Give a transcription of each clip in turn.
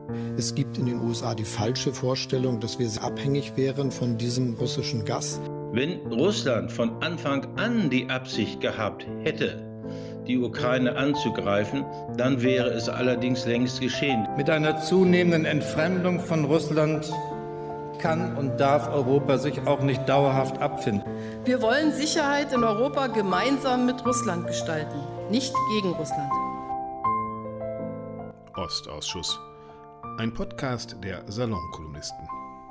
Es gibt in den USA die falsche Vorstellung, dass wir abhängig wären von diesem russischen Gas. Wenn Russland von Anfang an die Absicht gehabt hätte, die Ukraine anzugreifen, dann wäre es allerdings längst geschehen. Mit einer zunehmenden Entfremdung von Russland kann und darf Europa sich auch nicht dauerhaft abfinden. Wir wollen Sicherheit in Europa gemeinsam mit Russland gestalten, nicht gegen Russland. Ostausschuss. Ein Podcast der Salonkolumnisten.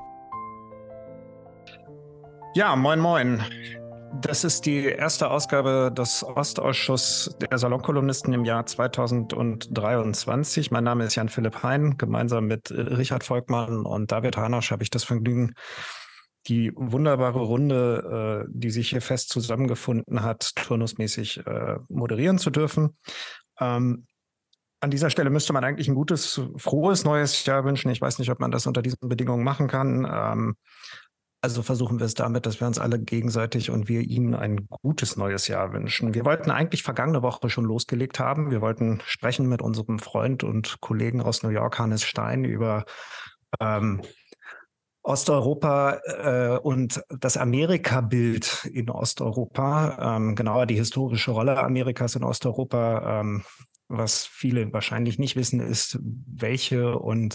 Ja, moin moin. Das ist die erste Ausgabe des Ostausschuss der Salonkolumnisten im Jahr 2023. Mein Name ist Jan-Philipp Hein. Gemeinsam mit Richard Volkmann und David Hanosch habe ich das Vergnügen, die wunderbare Runde, die sich hier fest zusammengefunden hat, turnusmäßig moderieren zu dürfen. An dieser Stelle müsste man eigentlich ein gutes, frohes neues Jahr wünschen. Ich weiß nicht, ob man das unter diesen Bedingungen machen kann. Also versuchen wir es damit, dass wir uns alle gegenseitig und wir Ihnen ein gutes neues Jahr wünschen. Wir wollten eigentlich vergangene Woche schon losgelegt haben. Wir wollten sprechen mit unserem Freund und Kollegen aus New York, Hannes Stein, über Osteuropa und das Amerika-Bild in Osteuropa, genauer die historische Rolle Amerikas in Osteuropa. Was viele wahrscheinlich nicht wissen, ist, welche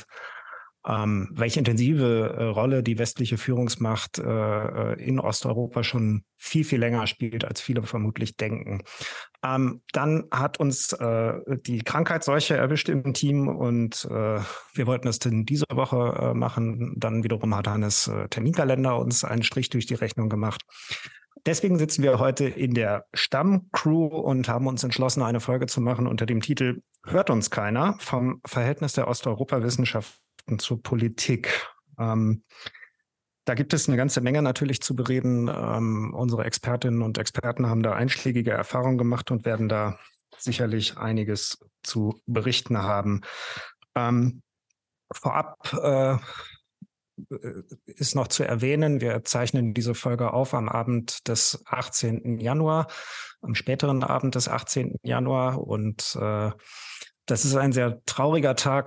intensive Rolle die westliche Führungsmacht in Osteuropa schon viel, viel länger spielt, als viele vermutlich denken. Dann hat uns die Krankheitsseuche erwischt im Team und wir wollten das in dieser Woche machen. Dann wiederum hat Hannes Terminkalender uns einen Strich durch die Rechnung gemacht. Deswegen sitzen wir heute in der Stammcrew und haben uns entschlossen, eine Folge zu machen unter dem Titel Hört uns keiner? Vom Verhältnis der Osteuropa-Wissenschaften zur Politik. Da gibt es eine ganze Menge natürlich zu bereden. Unsere Expertinnen und Experten haben da einschlägige Erfahrungen gemacht und werden da sicherlich einiges zu berichten haben. Vorab ist noch zu erwähnen, wir zeichnen diese Folge auf am Abend des 18. Januar, am späteren Abend des 18. Januar. Und das ist ein sehr trauriger Tag.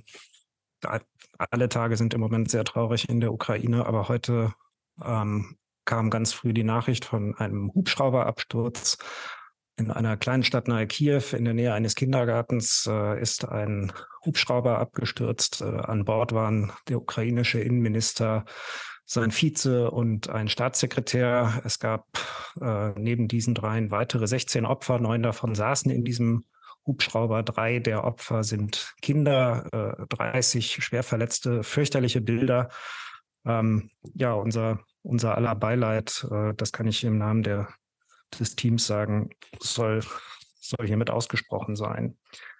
Alle Tage sind im Moment sehr traurig in der Ukraine, aber heute kam ganz früh die Nachricht von einem Hubschrauberabsturz. In einer kleinen Stadt nahe Kiew, in der Nähe eines Kindergartens, ist ein Hubschrauber abgestürzt. An Bord waren der ukrainische Innenminister, sein Vize und ein Staatssekretär. Es gab neben diesen dreien weitere 16 Opfer. 9 davon saßen in diesem Hubschrauber. 3 der Opfer sind Kinder, 30 Schwerverletzte, fürchterliche Bilder. Ja, unser aller Beileid, das kann ich im Namen des Teams sagen, soll hiermit ausgesprochen sein.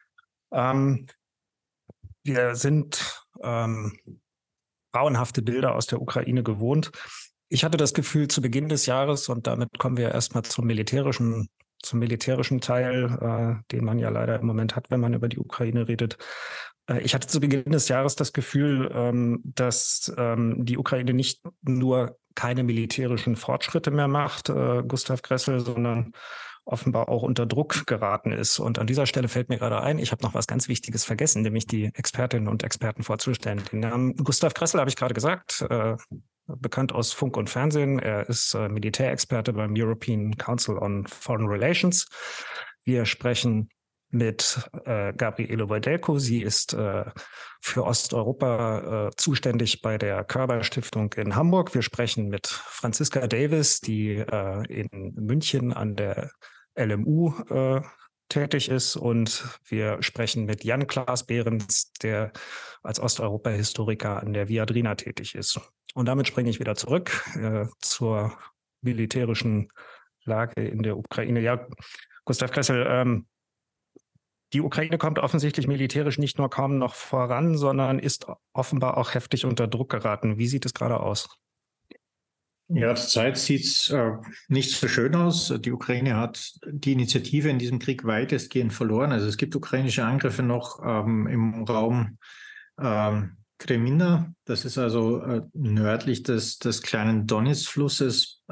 Wir sind grauenhafte Bilder aus der Ukraine gewohnt. Ich hatte das Gefühl zu Beginn des Jahres, und damit kommen wir erstmal zum militärischen Teil, den man ja leider im Moment hat, wenn man über die Ukraine redet. Ich hatte zu Beginn des Jahres das Gefühl, dass die Ukraine nicht nur keine militärischen Fortschritte mehr macht, Gustav Gressel, sondern offenbar auch unter Druck geraten ist. Und an dieser Stelle fällt mir gerade ein, ich habe noch was ganz Wichtiges vergessen, nämlich die Expertinnen und Experten vorzustellen. Den Namen Gustav Gressel habe ich gerade gesagt, bekannt aus Funk und Fernsehen. Er ist Militärexperte beim European Council on Foreign Relations. Wir sprechen mit Gabriele Wojdelko. Sie ist für Osteuropa zuständig bei der Körber-Stiftung in Hamburg. Wir sprechen mit Franziska Davis, die in München an der LMU tätig ist. Und wir sprechen mit Jan Klaas Behrens, der als Osteuropa-Historiker an der Viadrina tätig ist. Und damit springe ich wieder zurück zur militärischen Lage in der Ukraine. Ja, Gustav Gressel, die Ukraine kommt offensichtlich militärisch nicht nur kaum noch voran, sondern ist offenbar auch heftig unter Druck geraten. Wie sieht es gerade aus? Ja, zurzeit sieht es nicht so schön aus. Die Ukraine hat die Initiative in diesem Krieg weitestgehend verloren. Also es gibt ukrainische Angriffe noch im Raum Kremina. Das ist also nördlich des kleinen Donez-Flusses.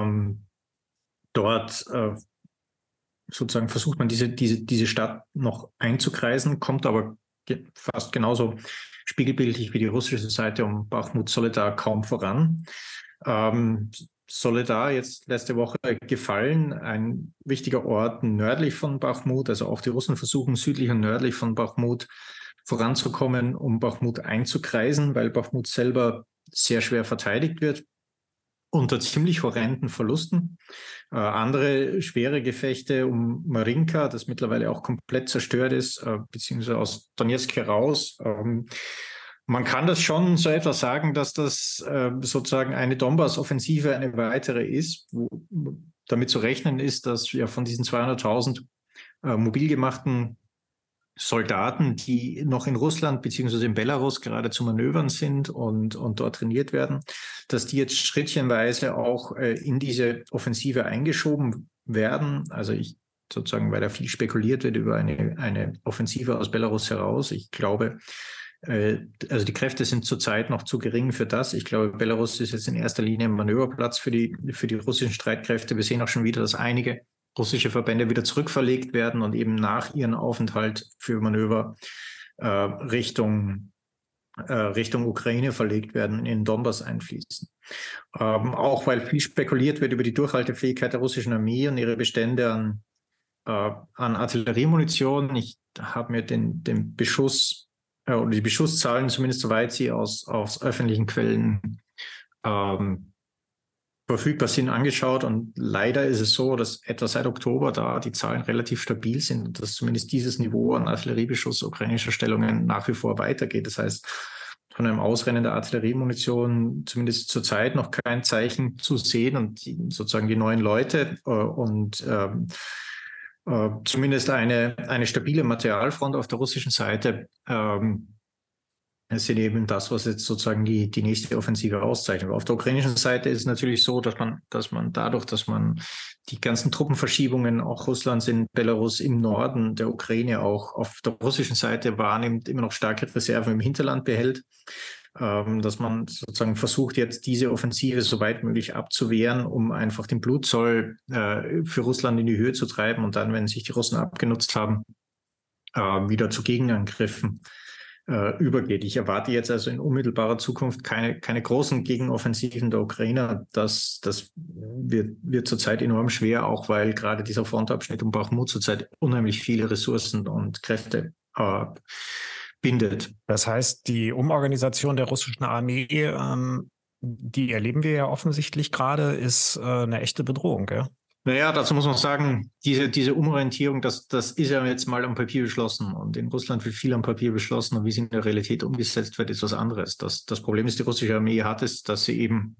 Dort sozusagen versucht man diese Stadt noch einzukreisen, kommt aber fast genauso spiegelbildlich wie die russische Seite um Bachmut Soledar kaum voran. Soledar jetzt letzte Woche gefallen, ein wichtiger Ort nördlich von Bachmut. Also auch die Russen versuchen südlich und nördlich von Bachmut voranzukommen, um Bachmut einzukreisen, weil Bachmut selber sehr schwer verteidigt wird, unter ziemlich horrenden Verlusten. Andere schwere Gefechte um Marinka, das mittlerweile auch komplett zerstört ist, beziehungsweise aus Donetsk heraus. Man kann das schon so etwas sagen, dass das sozusagen eine Donbass-Offensive eine weitere ist, wo damit zu rechnen ist, dass ja von diesen 200.000 mobil gemachten Soldaten, die noch in Russland bzw. in Belarus gerade zu Manövern sind und dort trainiert werden, dass die jetzt schrittchenweise auch in diese Offensive eingeschoben werden. Also sozusagen, weil da viel spekuliert wird über eine Offensive aus Belarus heraus. Ich glaube, also die Kräfte sind zurzeit noch zu gering für das. Ich glaube, Belarus ist jetzt in erster Linie ein Manöverplatz für die russischen Streitkräfte. Wir sehen auch schon wieder, dass einige russische Verbände wieder zurückverlegt werden und eben nach ihrem Aufenthalt für Manöver Richtung Ukraine verlegt werden, in Donbass einfließen. Auch weil viel spekuliert wird über die Durchhaltefähigkeit der russischen Armee und ihre Bestände an Artilleriemunition. Ich habe mir den Beschuss oder die Beschusszahlen, zumindest soweit sie aus öffentlichen Quellen verfügbar sind, angeschaut, und leider ist es so, dass etwa seit Oktober da die Zahlen relativ stabil sind und dass zumindest dieses Niveau an Artilleriebeschuss ukrainischer Stellungen nach wie vor weitergeht. Das heißt, von einem Ausrennen der Artilleriemunition zumindest zurzeit noch kein Zeichen zu sehen, und sozusagen die neuen Leute und zumindest eine stabile Materialfront auf der russischen Seite sind eben das, was jetzt sozusagen die nächste Offensive auszeichnet. Auf der ukrainischen Seite ist es natürlich so, dass man dadurch, dass man die ganzen Truppenverschiebungen auch Russlands in Belarus im Norden der Ukraine auch auf der russischen Seite wahrnimmt, immer noch starke Reserven im Hinterland behält, dass man sozusagen versucht, jetzt diese Offensive so weit möglich abzuwehren, um einfach den Blutzoll für Russland in die Höhe zu treiben und dann, wenn sich die Russen abgenutzt haben, wieder zu Gegenangriffen übergeht. Ich erwarte jetzt also in unmittelbarer Zukunft keine großen Gegenoffensiven der Ukrainer. Das wird zurzeit enorm schwer, auch weil gerade dieser Frontabschnitt um Bachmut zurzeit unheimlich viele Ressourcen und Kräfte bindet. Das heißt, die Umorganisation der russischen Armee, die erleben wir ja offensichtlich gerade, ist eine echte Bedrohung, gell? Naja, dazu muss man sagen, diese Umorientierung, das ist ja jetzt mal am Papier beschlossen, und in Russland wird viel am Papier beschlossen, und wie es in der Realität umgesetzt wird, ist was anderes. Das Problem ist, die russische Armee hat es, dass sie eben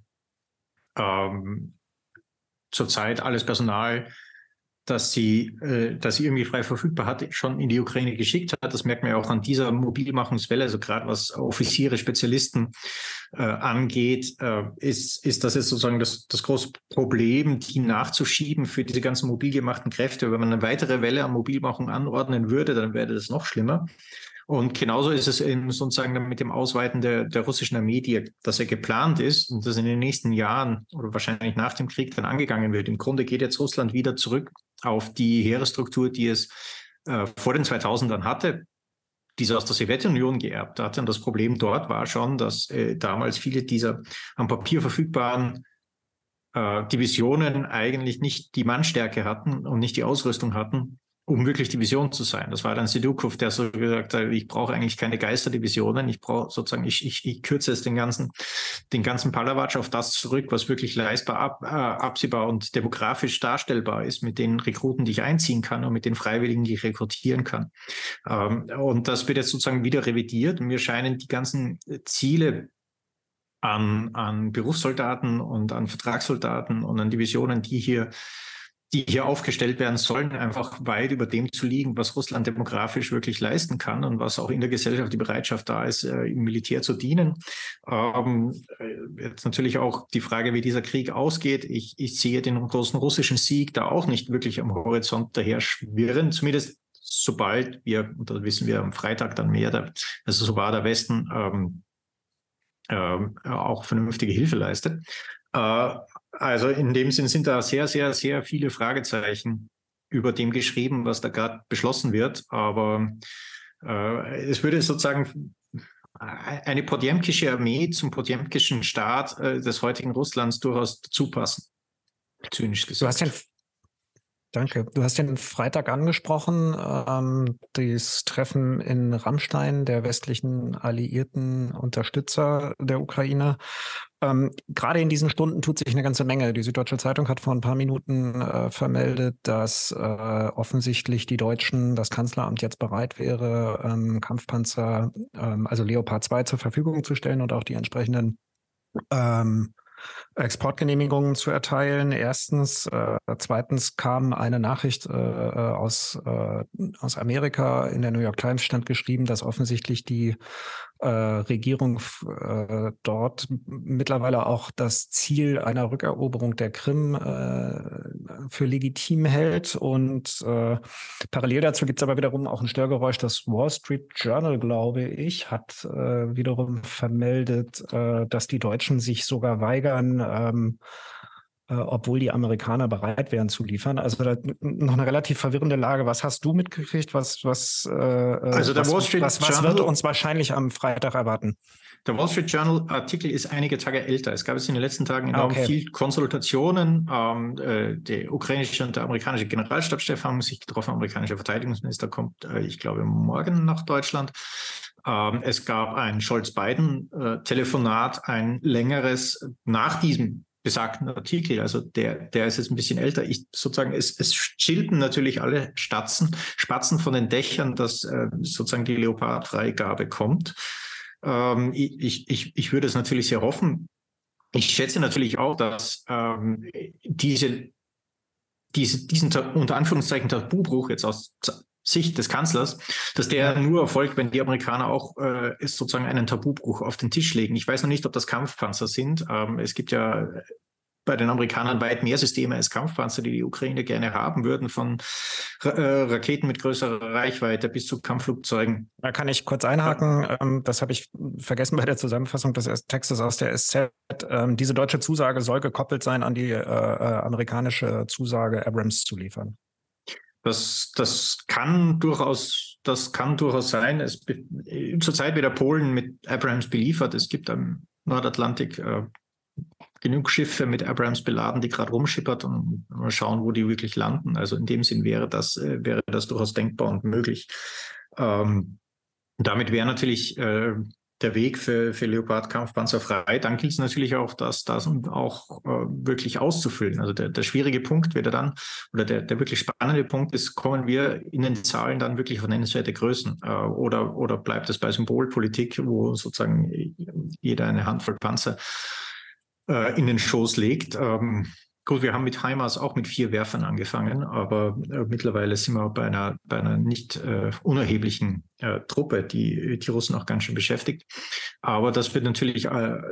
zurzeit alles Personal, das sie irgendwie frei verfügbar hat, schon in die Ukraine geschickt hat. Das merkt man ja auch an dieser Mobilmachungswelle, also gerade was Offiziere, Spezialisten angeht, ist das jetzt sozusagen das große Problem, die nachzuschieben für diese ganzen mobil gemachten Kräfte. Wenn man eine weitere Welle an Mobilmachung anordnen würde, dann wäre das noch schlimmer. Und genauso ist es eben sozusagen mit dem Ausweiten der russischen Armee, dass er geplant ist und das in den nächsten Jahren oder wahrscheinlich nach dem Krieg dann angegangen wird. Im Grunde geht jetzt Russland wieder zurück auf die Heeresstruktur, die es vor den 2000ern hatte, die es aus der Sowjetunion geerbt hatte. Und das Problem dort war schon, dass damals viele dieser am Papier verfügbaren Divisionen eigentlich nicht die Mannstärke hatten und nicht die Ausrüstung hatten, um wirklich Division zu sein. Das war dann Sedukov, der so gesagt hat, ich brauche eigentlich keine Geisterdivisionen, ich brauche sozusagen, ich kürze jetzt den ganzen Palawatsch auf das zurück, was wirklich leistbar, absehbar und demografisch darstellbar ist, mit den Rekruten, die ich einziehen kann, und mit den Freiwilligen, die ich rekrutieren kann. Und das wird jetzt sozusagen wieder revidiert, und mir scheinen die ganzen Ziele an Berufssoldaten und an Vertragssoldaten und an Divisionen, die hier aufgestellt werden sollen, einfach weit über dem zu liegen, was Russland demografisch wirklich leisten kann und was auch in der Gesellschaft die Bereitschaft da ist, im Militär zu dienen. Jetzt natürlich auch die Frage, wie dieser Krieg ausgeht. Ich sehe den großen russischen Sieg da auch nicht wirklich am Horizont daher schwirren, zumindest sobald wir, und da wissen wir am Freitag dann mehr, also so war der Westen auch vernünftige Hilfe leistet. Also in dem Sinn sind da sehr, sehr, sehr viele Fragezeichen über dem geschrieben, was da gerade beschlossen wird. Aber es würde sozusagen eine Potjemkische Armee zum potjemkischen Staat des heutigen Russlands durchaus dazu passen. Zynisch gesagt. Du hast den Freitag angesprochen, das Treffen in Ramstein der westlichen alliierten Unterstützer der Ukraine. Gerade in diesen Stunden tut sich eine ganze Menge. Die Süddeutsche Zeitung hat vor ein paar Minuten vermeldet, dass offensichtlich die Deutschen, das Kanzleramt jetzt bereit wäre, Kampfpanzer, also Leopard 2 zur Verfügung zu stellen und auch die entsprechenden Exportgenehmigungen zu erteilen. Erstens. Zweitens kam eine Nachricht aus Amerika. In der New York Times stand geschrieben, dass offensichtlich die Regierung dort mittlerweile auch das Ziel einer Rückeroberung der Krim für legitim hält. Und parallel dazu gibt es aber wiederum auch ein Störgeräusch. Das Wall Street Journal, glaube ich, hat wiederum vermeldet, dass die Deutschen sich sogar weigern, obwohl die Amerikaner bereit wären zu liefern. Also da noch eine relativ verwirrende Lage. Was hast du mitgekriegt? Was wird uns wahrscheinlich am Freitag erwarten? Der Wall Street Journal Artikel ist einige Tage älter. Es gab es in den letzten Tagen enorm viel Konsultationen. Der ukrainische und der amerikanische Generalstabschef haben sich getroffen. Der amerikanische Verteidigungsminister kommt, ich glaube, morgen nach Deutschland. Es gab ein Scholz-Biden-Telefonat, ein längeres nach diesem besagten Artikel, also der ist jetzt ein bisschen älter. Es chillten natürlich alle Spatzen von den Dächern, dass sozusagen die Leopard-Freigabe kommt. Ich würde es natürlich sehr hoffen. Ich schätze natürlich auch, dass diesen unter Anführungszeichen Tabubruch jetzt aus Sicht des Kanzlers, dass der nur erfolgt, wenn die Amerikaner auch sozusagen einen Tabubruch auf den Tisch legen. Ich weiß noch nicht, ob das Kampfpanzer sind. Es gibt ja bei den Amerikanern weit mehr Systeme als Kampfpanzer, die Ukraine gerne haben würden, von Raketen mit größerer Reichweite bis zu Kampfflugzeugen. Da kann ich kurz einhaken. Das habe ich vergessen bei der Zusammenfassung des Textes aus der SZ. Diese deutsche Zusage soll gekoppelt sein an die amerikanische Zusage, Abrams zu liefern. Das kann durchaus sein. Zurzeit wird Polen mit Abrams beliefert. Es gibt am Nordatlantik genug Schiffe mit Abrams beladen, die gerade rumschippert, und mal schauen, wo die wirklich landen. Also in dem Sinn wäre das durchaus denkbar und möglich. Damit wäre natürlich der Weg für Leopard-Kampfpanzer frei. Dann gilt es natürlich auch, das auch wirklich auszufüllen. Also der schwierige Punkt wäre dann, oder der wirklich spannende Punkt ist, kommen wir in den Zahlen dann wirklich auf nennenswerte Größen? Oder bleibt es bei Symbolpolitik, wo sozusagen jeder eine Handvoll Panzer in den Schoß legt? Gut, wir haben mit HIMARS auch mit 4 Werfern angefangen, aber mittlerweile sind wir bei einer nicht unerheblichen Truppe, die Russen auch ganz schön beschäftigt. Aber das wird natürlich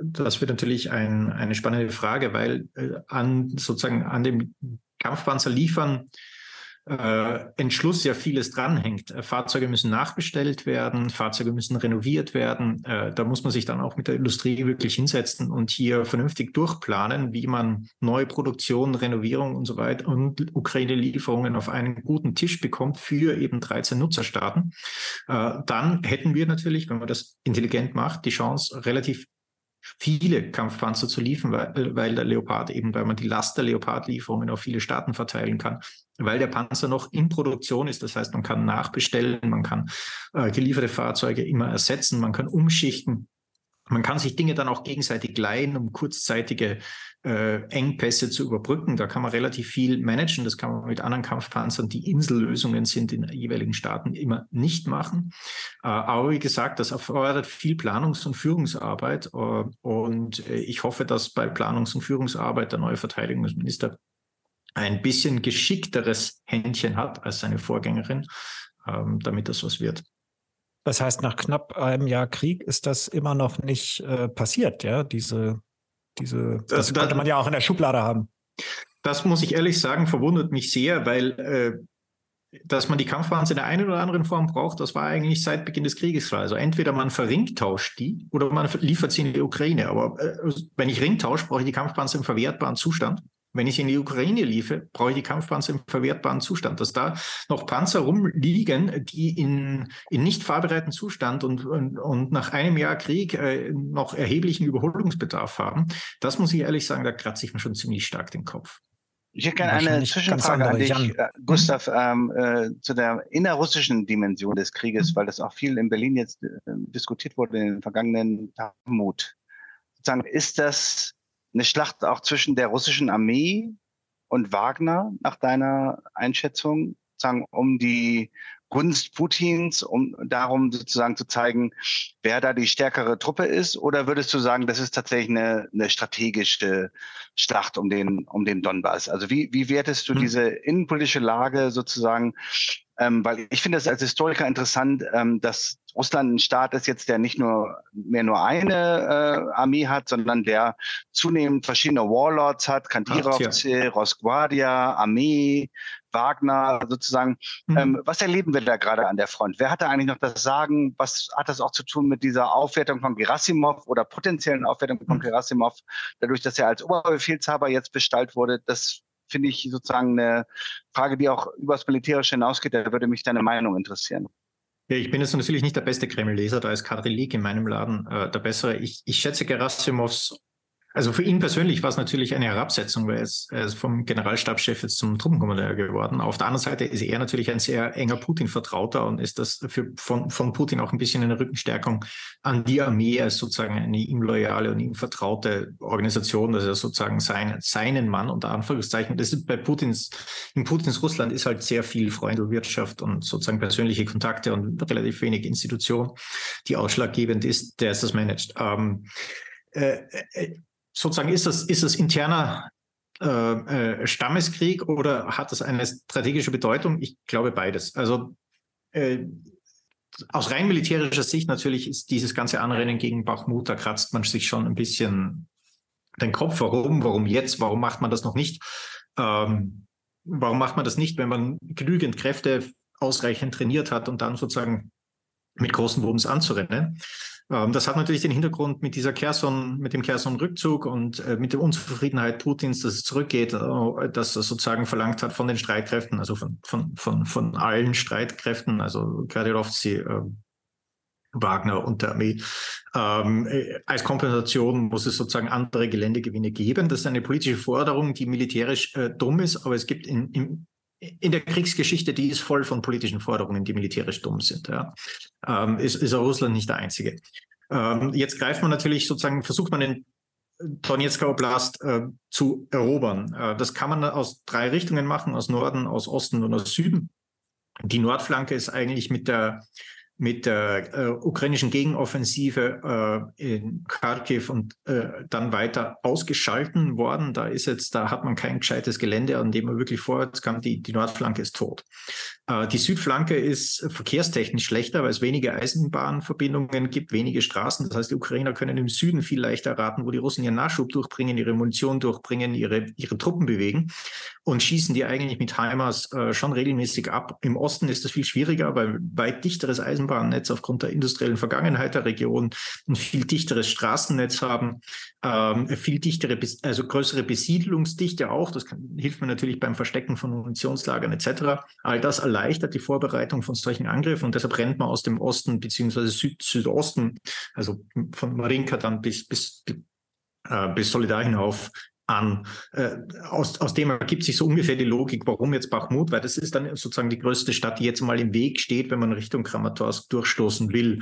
eine spannende Frage, weil an dem Kampfpanzer liefern Entschluss ja vieles dranhängt. Fahrzeuge müssen nachbestellt werden, Fahrzeuge müssen renoviert werden. Da muss man sich dann auch mit der Industrie wirklich hinsetzen und hier vernünftig durchplanen, wie man neue Produktion, Renovierung und so weiter und Ukraine-Lieferungen auf einen guten Tisch bekommt für eben 13 Nutzerstaaten. Dann hätten wir natürlich, wenn man das intelligent macht, die Chance, relativ viele Kampfpanzer zu liefern, weil der Leopard eben, weil man die Last der Leopard-Lieferungen auf viele Staaten verteilen kann, weil der Panzer noch in Produktion ist. Das heißt, man kann nachbestellen, man kann gelieferte Fahrzeuge immer ersetzen, man kann umschichten. Man kann sich Dinge dann auch gegenseitig leihen, um kurzzeitige Engpässe zu überbrücken. Da kann man relativ viel managen. Das kann man mit anderen Kampfpanzern, die Insellösungen sind in jeweiligen Staaten, immer nicht machen. Aber wie gesagt, das erfordert viel Planungs- und Führungsarbeit. Und ich hoffe, dass bei Planungs- und Führungsarbeit der neue Verteidigungsminister ein bisschen geschickteres Händchen hat als seine Vorgängerin, damit das was wird. Das heißt, nach knapp einem Jahr Krieg ist das immer noch nicht passiert, ja? Das konnte man ja auch in der Schublade haben. Das muss ich ehrlich sagen, verwundert mich sehr, weil dass man die Kampfpanzer in der einen oder anderen Form braucht, das war eigentlich seit Beginn des Krieges klar. Also entweder man verringtauscht die oder man liefert sie in die Ukraine. Aber wenn ich ringtausche, brauche ich die Kampfpanzer im verwertbaren Zustand. Wenn ich in die Ukraine liefere, brauche ich die Kampfpanzer im verwertbaren Zustand. Dass da noch Panzer rumliegen, die in nicht fahrbereiten Zustand und nach einem Jahr Krieg noch erheblichen Überholungsbedarf haben, das muss ich ehrlich sagen, da kratze ich mir schon ziemlich stark den Kopf. Ich hätte gerne eine Zwischenfrage an dich, Gustav, zu der innerrussischen Dimension des Krieges, weil das auch viel in Berlin jetzt diskutiert wurde in den vergangenen Tagen. Ist das eine Schlacht auch zwischen der russischen Armee und Wagner nach deiner Einschätzung, um die Gunst Putins, um darum sozusagen zu zeigen, wer da die stärkere Truppe ist? Oder würdest du sagen, das ist tatsächlich eine strategische Schlacht um den Donbass? Also wie wertest du diese innenpolitische Lage sozusagen? Weil ich finde das als Historiker interessant, dass Russland ein Staat ist jetzt, der nicht nur eine Armee hat, sondern der zunehmend verschiedene Warlords hat, Kandirovцы, Rosgvardia, Armee, Wagner sozusagen. Was erleben wir da gerade an der Front? Wer hat da eigentlich noch das Sagen? Was hat das auch zu tun mit dieser Aufwertung von Gerasimov oder potenziellen Aufwertung von Gerasimov, dadurch, dass er als Oberbefehlshaber jetzt bestallt wurde? Das finde ich sozusagen eine Frage, die auch über das Militärische hinausgeht. Da würde mich deine Meinung interessieren. Ja, ich bin jetzt natürlich nicht der beste Kreml-Leser, da ist Kadri Lik in meinem Laden der bessere. Ich schätze Gerasimovs, also für ihn persönlich war es natürlich eine Herabsetzung, weil er ist vom Generalstabschef jetzt zum Truppenkommandeur geworden. Auf der anderen Seite ist er natürlich ein sehr enger Putin-Vertrauter und ist das von Putin auch ein bisschen eine Rückenstärkung an die Armee als sozusagen eine ihm loyale und ihm vertraute Organisation, dass er sozusagen seinen Mann unter Anführungszeichen, das ist in Putins Russland ist halt sehr viel Freundelwirtschaft und sozusagen persönliche Kontakte und relativ wenig Institution, die ausschlaggebend ist, der ist das managt. Sozusagen ist das interner Stammeskrieg oder hat das eine strategische Bedeutung? Ich glaube beides. Also aus rein militärischer Sicht natürlich ist dieses ganze Anrennen gegen Bachmut, da kratzt man sich schon ein bisschen den Kopf. Warum jetzt? Warum macht man das noch nicht? Warum macht man das nicht, wenn man genügend Kräfte ausreichend trainiert hat und dann sozusagen mit großen Wumms anzurennen? Das hat natürlich den Hintergrund mit dem Cherson-Rückzug und mit der Unzufriedenheit Putins, dass es zurückgeht, dass er sozusagen verlangt hat von den Streitkräften, also von allen Streitkräften, also Kadyrowcy, Wagner und der Armee. Als Kompensation muss es sozusagen andere Geländegewinne geben. Das ist eine politische Forderung, die militärisch dumm ist, aber es gibt in der Kriegsgeschichte, die ist voll von politischen Forderungen, die militärisch dumm sind. Ja. Ist auch Russland nicht der einzige. Jetzt greift man natürlich sozusagen, versucht man den Donetsker Oblast zu erobern. Das kann man aus 3 Richtungen machen, aus Norden, aus Osten und aus Süden. Die Nordflanke ist eigentlich mit der ukrainischen Gegenoffensive in Kharkiv und dann weiter ausgeschalten worden. Da hat man kein gescheites Gelände, an dem man wirklich vorwärts kann. Die Nordflanke ist tot. Die Südflanke ist verkehrstechnisch schlechter, weil es wenige Eisenbahnverbindungen gibt, wenige Straßen. Das heißt, die Ukrainer können im Süden viel leichter erraten, wo die Russen ihren Nachschub durchbringen, ihre Munition durchbringen, ihre Truppen bewegen und schießen die eigentlich mit HIMARS schon regelmäßig ab. Im Osten ist das viel schwieriger, weil weit dichteres Eisenbahnnetz aufgrund der industriellen Vergangenheit der Region, ein viel dichteres Straßennetz haben, viel dichtere, also größere Besiedlungsdichte auch. Das hilft mir natürlich beim Verstecken von Munitionslagern etc. All das erleichtert die Vorbereitung von solchen Angriffen und deshalb rennt man aus dem Osten bzw. Südosten, also von Marinka dann bis Solidar hinauf an. Aus dem ergibt sich so ungefähr die Logik, warum jetzt Bachmut, weil das ist dann sozusagen die größte Stadt, die jetzt mal im Weg steht, wenn man Richtung Kramatorsk durchstoßen will.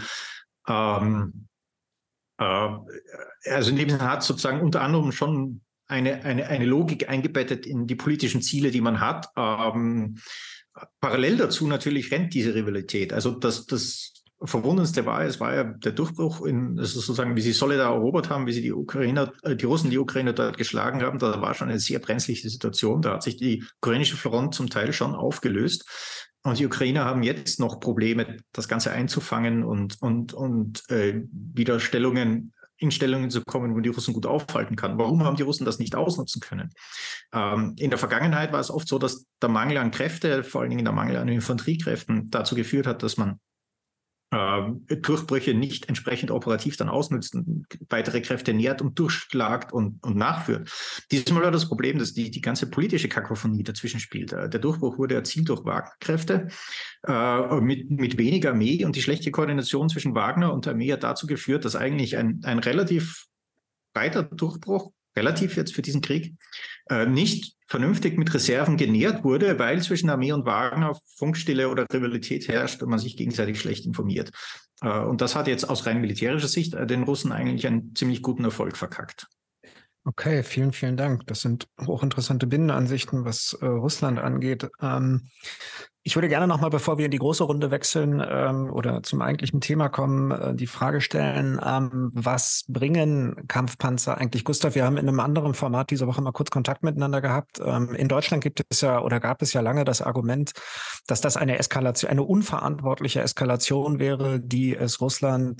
Also in dem Sinne hat sozusagen unter anderem schon eine Logik eingebettet in die politischen Ziele, die man hat. Parallel dazu natürlich rennt diese Rivalität. Also das Verwunderndste war, es war ja der Durchbruch also sozusagen, wie sie Solidar erobert haben, wie sie die Russen die Ukrainer dort geschlagen haben. Da war schon eine sehr brenzliche Situation. Da hat sich die ukrainische Front zum Teil schon aufgelöst. Und die Ukrainer haben jetzt noch Probleme, das Ganze einzufangen und wieder in Stellungen zu kommen, wo die Russen gut aufhalten kann. Warum haben die Russen das nicht ausnutzen können? In der Vergangenheit war es oft so, dass der Mangel an Kräfte, vor allen Dingen der Mangel an Infanteriekräften, dazu geführt hat, dass man Durchbrüche nicht entsprechend operativ dann ausnutzt, weitere Kräfte nährt und durchschlagt und nachführt. Diesmal war das Problem, dass die ganze politische Kakophonie dazwischen spielt. Der Durchbruch wurde erzielt durch Wagner-Kräfte mit weniger Armee, und die schlechte Koordination zwischen Wagner und der Armee hat dazu geführt, dass eigentlich ein relativ breiter Durchbruch, relativ jetzt für diesen Krieg, nicht vernünftig mit Reserven genährt wurde, weil zwischen Armee und Wagner Funkstille oder Rivalität herrscht und man sich gegenseitig schlecht informiert. Und das hat jetzt aus rein militärischer Sicht den Russen eigentlich einen ziemlich guten Erfolg verkackt. Okay, vielen, vielen Dank. Das sind hochinteressante Binnenansichten, was Russland angeht. Ich würde gerne nochmal, bevor wir in die große Runde wechseln oder zum eigentlichen Thema kommen, die Frage stellen, was bringen Kampfpanzer eigentlich? Gustav, wir haben in einem anderen Format diese Woche mal kurz Kontakt miteinander gehabt. In Deutschland gab es ja lange das Argument, dass das eine Eskalation, eine unverantwortliche Eskalation wäre, die es Russland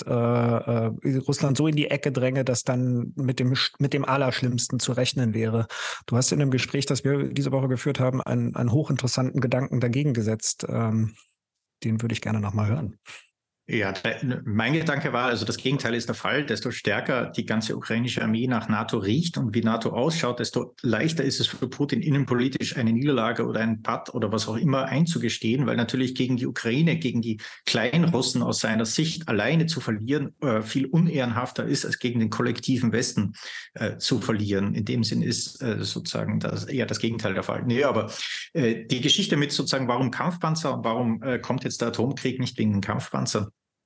so in die Ecke dränge, dass dann mit dem Allerschlimmsten zu rechnen wäre. Du hast in einem Gespräch, das wir diese Woche geführt haben, einen hochinteressanten Gedanken dagegen gesetzt. Den würde ich gerne nochmal hören. Ja, mein Gedanke war, also das Gegenteil ist der Fall. Desto stärker die ganze ukrainische Armee nach NATO riecht und wie NATO ausschaut, desto leichter ist es für Putin, innenpolitisch eine Niederlage oder einen Patt oder was auch immer einzugestehen, weil natürlich gegen die Ukraine, gegen die Kleinrussen aus seiner Sicht alleine zu verlieren, viel unehrenhafter ist, als gegen den kollektiven Westen zu verlieren. In dem Sinn ist sozusagen eher das Gegenteil der Fall. Nee, aber die Geschichte mit sozusagen, warum Kampfpanzer und warum kommt jetzt der Atomkrieg nicht wegen den Kampfpanzern?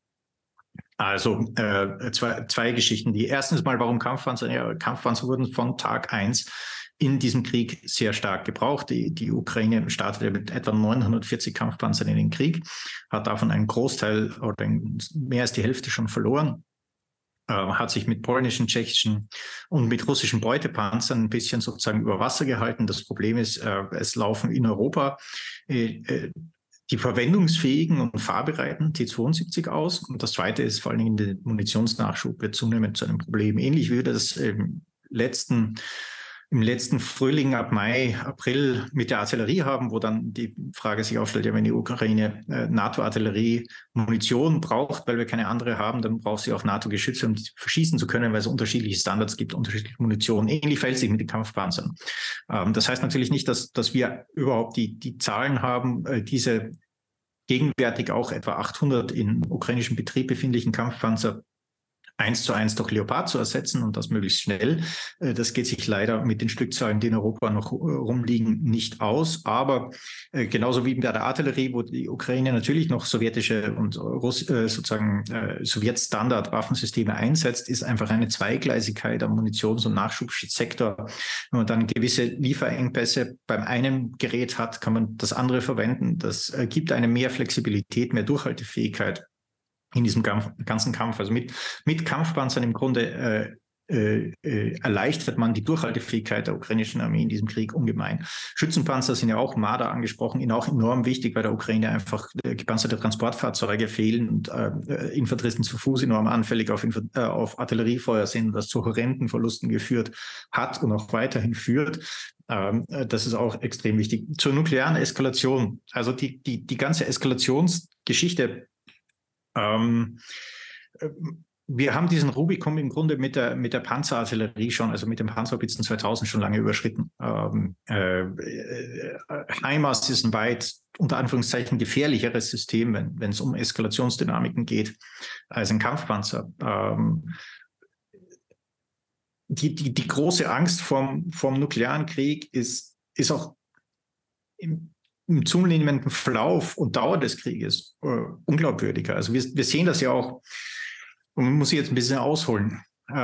Also zwei Geschichten. Die erste ist mal, warum Kampfpanzer? Ja, Kampfpanzer wurden von Tag 1 in diesem Krieg sehr stark gebraucht. Die Ukraine startete mit etwa 940 Kampfpanzern in den Krieg, hat davon einen Großteil oder mehr als die Hälfte schon verloren. Hat sich mit polnischen, tschechischen und mit russischen Beutepanzern ein bisschen sozusagen über Wasser gehalten. Das Problem ist, es laufen in Europa die verwendungsfähigen und fahrbereiten T-72 aus. Und das Zweite ist vor allen Dingen der Munitionsnachschub wird zunehmend zu einem Problem. Ähnlich wie wir das im letzten Frühling ab Mai, April mit der Artillerie haben, wo dann die Frage sich aufstellt, ja, wenn die Ukraine NATO-Artillerie Munition braucht, weil wir keine andere haben, dann braucht sie auch NATO-Geschütze, um verschießen zu können, weil es unterschiedliche Standards gibt, unterschiedliche Munition. Ähnlich verhält sich mit den Kampfpanzern. Das heißt natürlich nicht, dass wir überhaupt die Zahlen haben, diese gegenwärtig auch etwa 800 in ukrainischem Betrieb befindlichen Kampfpanzer 1:1 durch Leopard zu ersetzen und das möglichst schnell. Das geht sich leider mit den Stückzahlen, die in Europa noch rumliegen, nicht aus. Aber genauso wie bei der Artillerie, wo die Ukraine natürlich noch sowjetische und Sowjetstandard-Waffensysteme einsetzt, ist einfach eine Zweigleisigkeit am Munitions- und Nachschubsektor. Wenn man dann gewisse Lieferengpässe beim einen Gerät hat, kann man das andere verwenden. Das gibt eine mehr Flexibilität, mehr Durchhaltefähigkeit in diesem ganzen Kampf. Also mit Kampfpanzern im Grunde erleichtert man die Durchhaltefähigkeit der ukrainischen Armee in diesem Krieg ungemein. Schützenpanzer sind ja auch Marder angesprochen, ihnen auch enorm wichtig, weil der Ukraine einfach gepanzerte Transportfahrzeuge fehlen und Infanteristen zu Fuß enorm anfällig auf Artilleriefeuer sind, was zu horrenden Verlusten geführt hat und auch weiterhin führt. Das ist auch extrem wichtig. Zur nuklearen Eskalation. Also die ganze Eskalationsgeschichte. Wir haben diesen Rubikon im Grunde mit der Panzerartillerie schon, also mit dem Panzerhaubitzen 2000 schon lange überschritten. HIMARS ist ein weit, unter Anführungszeichen, gefährlicheres System, wenn es um Eskalationsdynamiken geht, als ein Kampfpanzer. Die große Angst vom nuklearen Krieg ist auch im zunehmenden Verlauf und Dauer des Krieges unglaubwürdiger. Also wir sehen das ja auch, und man muss jetzt ein bisschen ausholen.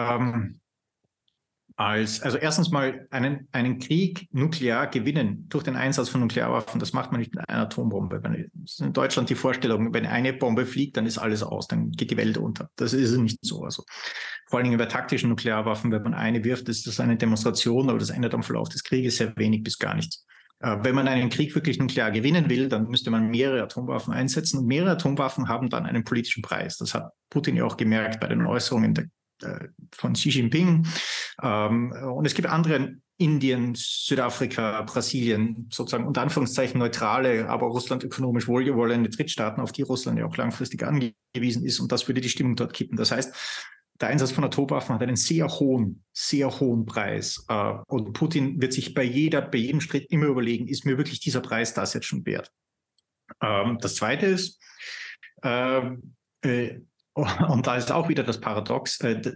Also erstens mal einen Krieg nuklear gewinnen durch den Einsatz von Nuklearwaffen, das macht man nicht mit einer Atombombe. Das ist in Deutschland die Vorstellung, wenn eine Bombe fliegt, dann ist alles aus, dann geht die Welt unter. Das ist nicht so. Also vor allen Dingen bei taktischen Nuklearwaffen, wenn man eine wirft, ist das eine Demonstration, aber das ändert am Verlauf des Krieges sehr wenig bis gar nichts. Wenn man einen Krieg wirklich nuklear gewinnen will, dann müsste man mehrere Atomwaffen einsetzen. Und mehrere Atomwaffen haben dann einen politischen Preis. Das hat Putin ja auch gemerkt bei den Äußerungen von Xi Jinping. Und es gibt andere Indien, Südafrika, Brasilien, sozusagen unter Anführungszeichen neutrale, aber Russland ökonomisch wohlwollende Drittstaaten, auf die Russland ja auch langfristig angewiesen ist. Und das würde die Stimmung dort kippen. Das heißt, der Einsatz von Atomwaffen hat einen sehr hohen Preis. Und Putin wird sich bei jedem Schritt immer überlegen, ist mir wirklich dieser Preis das jetzt schon wert? Das Zweite ist, und da ist auch wieder das Paradox,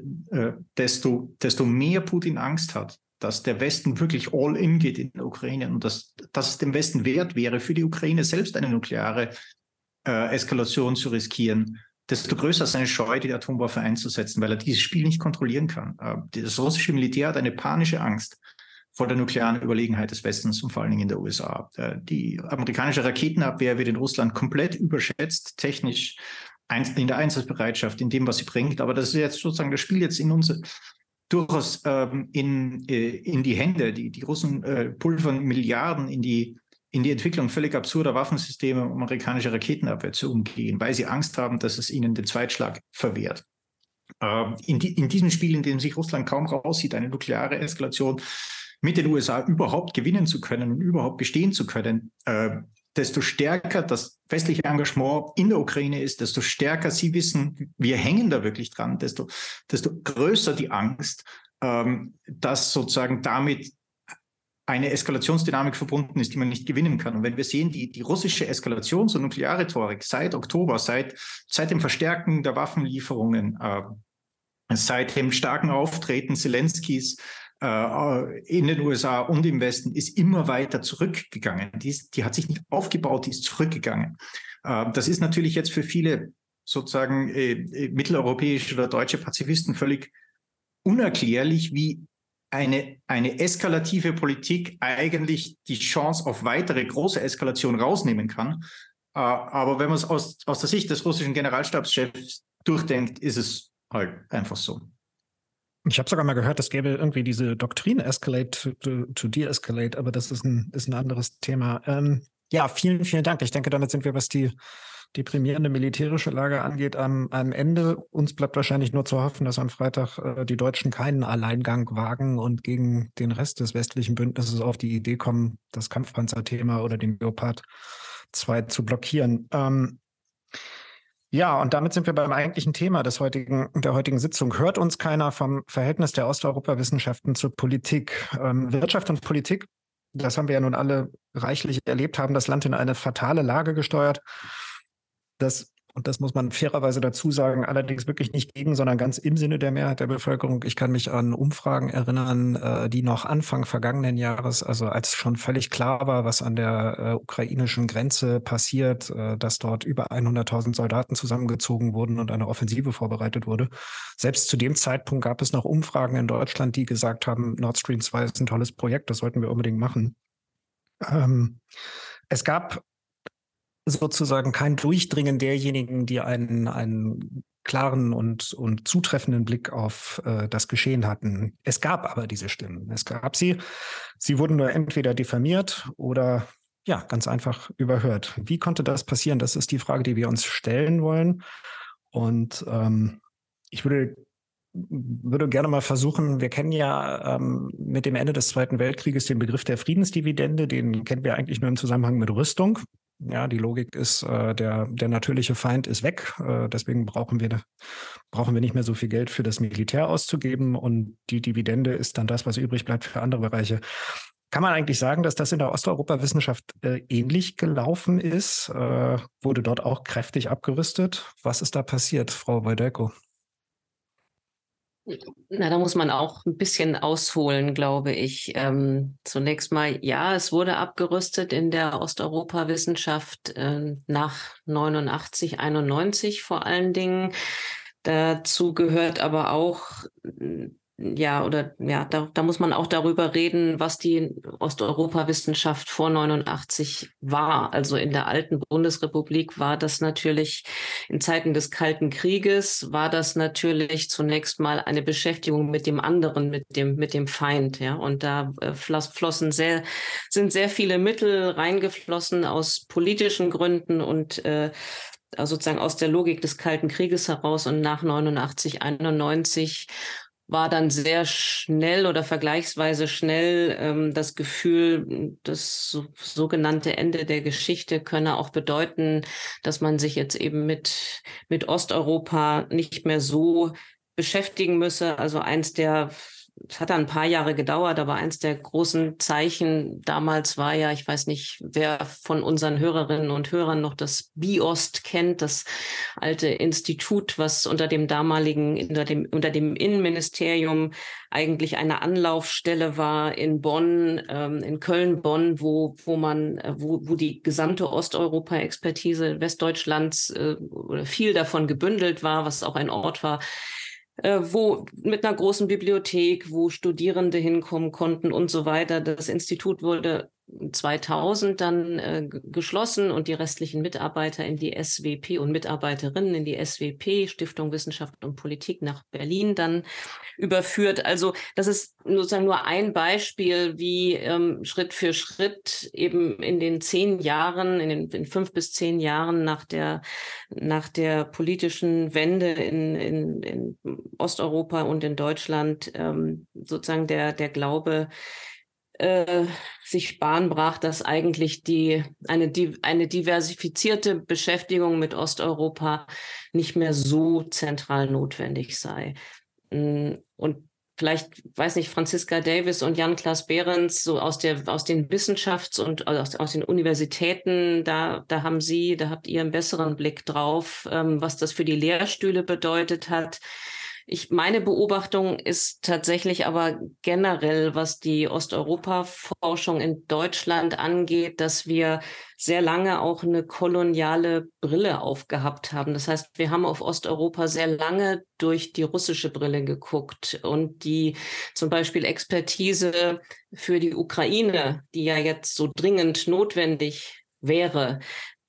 desto mehr Putin Angst hat, dass der Westen wirklich all in geht in der Ukraine und dass es dem Westen wert wäre, für die Ukraine selbst eine nukleare Eskalation zu riskieren, desto größer seine Scheu, die Atomwaffe einzusetzen, weil er dieses Spiel nicht kontrollieren kann. Das russische Militär hat eine panische Angst vor der nuklearen Überlegenheit des Westens und vor allen Dingen in der USA. Die amerikanische Raketenabwehr wird in Russland komplett überschätzt, technisch, in der Einsatzbereitschaft, in dem, was sie bringt. Aber das ist jetzt sozusagen das Spiel jetzt durchaus in die Hände. Die Russen pulvern Milliarden in die Entwicklung völlig absurder Waffensysteme, um amerikanische Raketenabwehr zu umgehen, weil sie Angst haben, dass es ihnen den Zweitschlag verwehrt. In diesem Spiel, in dem sich Russland kaum raussieht, eine nukleare Eskalation mit den USA überhaupt gewinnen zu können und überhaupt bestehen zu können, desto stärker das westliche Engagement in der Ukraine ist, desto stärker sie wissen, wir hängen da wirklich dran, desto größer die Angst, dass sozusagen damit eine Eskalationsdynamik verbunden ist, die man nicht gewinnen kann. Und wenn wir sehen, die russische Eskalations- und Nuklearrhetorik seit Oktober, seit dem Verstärken der Waffenlieferungen, seit dem starken Auftreten Zelenskys in den USA und im Westen, ist immer weiter zurückgegangen. Die hat sich nicht aufgebaut, die ist zurückgegangen. Das ist natürlich jetzt für viele sozusagen mitteleuropäische oder deutsche Pazifisten völlig unerklärlich, wie eine eskalative Politik eigentlich die Chance auf weitere große Eskalation rausnehmen kann. Aber wenn man es aus der Sicht des russischen Generalstabschefs durchdenkt, ist es halt einfach so. Ich habe sogar mal gehört, es gäbe irgendwie diese Doktrin Escalate to de-escalate, aber das ist ein anderes Thema. Ja, vielen, vielen Dank. Ich denke, damit sind wir, was die deprimierende militärische Lage angeht, am Ende. Uns bleibt wahrscheinlich nur zu hoffen, dass am Freitag die Deutschen keinen Alleingang wagen und gegen den Rest des westlichen Bündnisses auf die Idee kommen, das Kampfpanzerthema oder den Leopard 2 zu blockieren. Ja, und damit sind wir beim eigentlichen Thema der heutigen Sitzung. Hört uns keiner vom Verhältnis der Osteuropawissenschaften zur Politik. Wirtschaft und Politik, das haben wir ja nun alle reichlich erlebt, haben das Land in eine fatale Lage gesteuert. Und das muss man fairerweise dazu sagen, allerdings wirklich nicht gegen, sondern ganz im Sinne der Mehrheit der Bevölkerung. Ich kann mich an Umfragen erinnern, die noch Anfang vergangenen Jahres, also als schon völlig klar war, was an der ukrainischen Grenze passiert, dass dort über 100.000 Soldaten zusammengezogen wurden und eine Offensive vorbereitet wurde. Selbst zu dem Zeitpunkt gab es noch Umfragen in Deutschland, die gesagt haben, Nord Stream 2 ist ein tolles Projekt, das sollten wir unbedingt machen. Es gab sozusagen kein Durchdringen derjenigen, die einen klaren und zutreffenden Blick auf das Geschehen hatten. Es gab aber diese Stimmen. Es gab sie. Sie wurden nur entweder diffamiert oder ja, ganz einfach überhört. Wie konnte das passieren? Das ist die Frage, die wir uns stellen wollen. Und ich würde gerne mal versuchen, wir kennen ja mit dem Ende des Zweiten Weltkrieges den Begriff der Friedensdividende, den kennen wir eigentlich nur im Zusammenhang mit Rüstung. Ja, die Logik ist, der natürliche Feind ist weg, deswegen brauchen wir nicht mehr so viel Geld für das Militär auszugeben und die Dividende ist dann das, was übrig bleibt für andere Bereiche. Kann man eigentlich sagen, dass das in der Osteuropa-Wissenschaft ähnlich gelaufen ist? Wurde dort auch kräftig abgerüstet? Was ist da passiert, Frau Wojdelko? Na, da muss man auch ein bisschen ausholen, glaube ich. Zunächst mal, ja, es wurde abgerüstet in der Osteuropa-Wissenschaft nach 89, 91 vor allen Dingen. Dazu gehört aber auch, da muss man auch darüber reden, was die Osteuropa-Wissenschaft vor 89 war. Also in der alten Bundesrepublik war das natürlich in Zeiten des Kalten Krieges, war das natürlich zunächst mal eine Beschäftigung mit dem anderen, mit dem Feind. Ja? Und da sind sehr viele Mittel reingeflossen aus politischen Gründen und sozusagen aus der Logik des Kalten Krieges heraus und nach 89, 91 war dann sehr schnell oder vergleichsweise schnell das Gefühl, das sogenannte Ende der Geschichte könne auch bedeuten, dass man sich jetzt eben mit Osteuropa nicht mehr so beschäftigen müsse. Also es hat dann ein paar Jahre gedauert, aber eins der großen Zeichen damals war ja, ich weiß nicht, wer von unseren Hörerinnen und Hörern noch das BIOST kennt, das alte Institut, was unter dem Innenministerium eigentlich eine Anlaufstelle war in Bonn, in Köln-Bonn, wo die gesamte Osteuropa-Expertise Westdeutschlands oder viel davon gebündelt war, was auch ein Ort war, wo mit einer großen Bibliothek, wo Studierende hinkommen konnten und so weiter. Das Institut wurde 2000 dann geschlossen und die restlichen Mitarbeiter in die SWP und Mitarbeiterinnen in die SWP, Stiftung Wissenschaft und Politik, nach Berlin dann überführt. Also das ist sozusagen nur ein Beispiel, wie Schritt für Schritt eben in den 10 Jahren, in 5 bis 10 Jahren nach der politischen Wende in Osteuropa und in Deutschland sozusagen der Glaube sich Bahn brach, dass eigentlich eine diversifizierte Beschäftigung mit Osteuropa nicht mehr so zentral notwendig sei. Und vielleicht, weiß nicht, Franziska Davis und Jan-Klaas Behrens, so aus den Wissenschafts- und aus den Universitäten, da habt ihr einen besseren Blick drauf, was das für die Lehrstühle bedeutet hat. Meine Beobachtung ist tatsächlich aber generell, was die Osteuropa-Forschung in Deutschland angeht, dass wir sehr lange auch eine koloniale Brille aufgehabt haben. Das heißt, wir haben auf Osteuropa sehr lange durch die russische Brille geguckt und die zum Beispiel Expertise für die Ukraine, die ja jetzt so dringend notwendig wäre,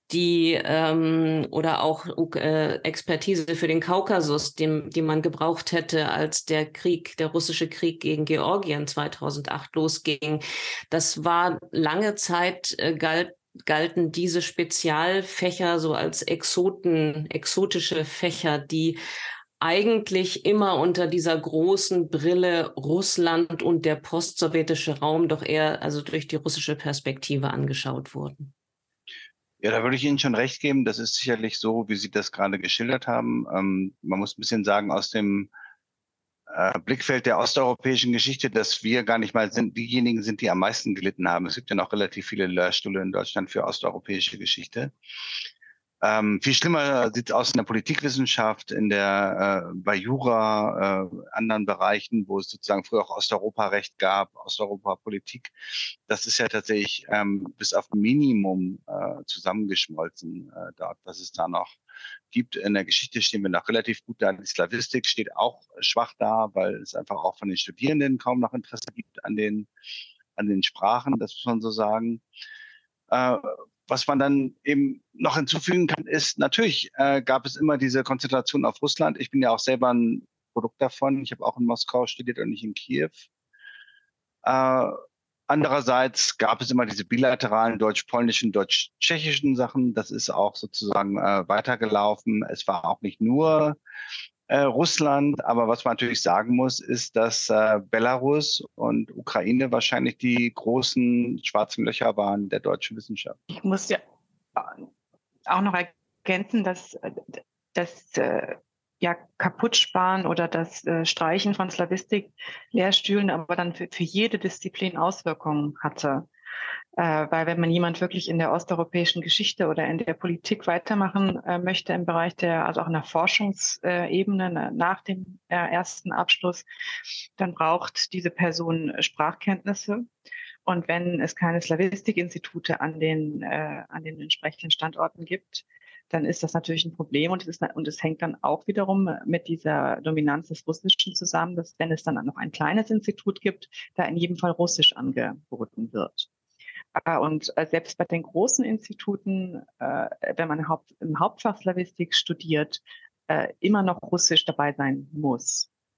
oder auch Expertise für den Kaukasus, die man gebraucht hätte, als der russische Krieg gegen Georgien 2008 losging. Das war lange Zeit, galten diese Spezialfächer so als exotische Fächer, die eigentlich immer unter dieser großen Brille Russland und der postsowjetische Raum doch eher also durch die russische Perspektive angeschaut wurden. Ja, da würde ich Ihnen schon recht geben. Das ist sicherlich so, wie Sie das gerade geschildert haben. Man muss ein bisschen sagen, aus dem Blickfeld der osteuropäischen Geschichte, dass wir gar nicht mal diejenigen sind, die am meisten gelitten haben. Es gibt ja noch relativ viele Lehrstühle in Deutschland für osteuropäische Geschichte. Viel schlimmer sieht es aus in der Politikwissenschaft, bei Jura, anderen Bereichen, wo es sozusagen früher auch Osteuroparecht gab, Osteuropapolitik. Das ist ja tatsächlich bis auf ein Minimum zusammengeschmolzen dort, was es da noch gibt. In der Geschichte stehen wir noch relativ gut da. Die Slawistik steht auch schwach da, weil es einfach auch von den Studierenden kaum noch Interesse gibt an den Sprachen, das muss man so sagen. Was man dann eben noch hinzufügen kann, ist, natürlich gab es immer diese Konzentration auf Russland. Ich bin ja auch selber ein Produkt davon. Ich habe auch in Moskau studiert und nicht in Kiew. Andererseits gab es immer diese bilateralen deutsch-polnischen, deutsch-tschechischen Sachen. Das ist auch sozusagen weitergelaufen. Es war auch nicht nur Russland, aber was man natürlich sagen muss, ist, dass Belarus und Ukraine wahrscheinlich die großen schwarzen Löcher waren der deutschen Wissenschaft. Ich muss ja auch noch ergänzen, dass das Kaputtsparen oder das Streichen von Slawistik-Lehrstühlen aber dann für jede Disziplin Auswirkungen hatte. Weil wenn man jemand wirklich in der osteuropäischen Geschichte oder in der Politik weitermachen möchte im Bereich also auch in der Forschungsebene nach dem ersten Abschluss, dann braucht diese Person Sprachkenntnisse. Und wenn es keine Slawistik-Institute an den entsprechenden Standorten gibt, dann ist das natürlich ein Problem und es hängt dann auch wiederum mit dieser Dominanz des Russischen zusammen, dass wenn es dann noch ein kleines Institut gibt, da in jedem Fall Russisch angeboten wird. Und selbst bei den großen Instituten, wenn man im Hauptfach Slawistik studiert, immer noch Russisch dabei sein muss.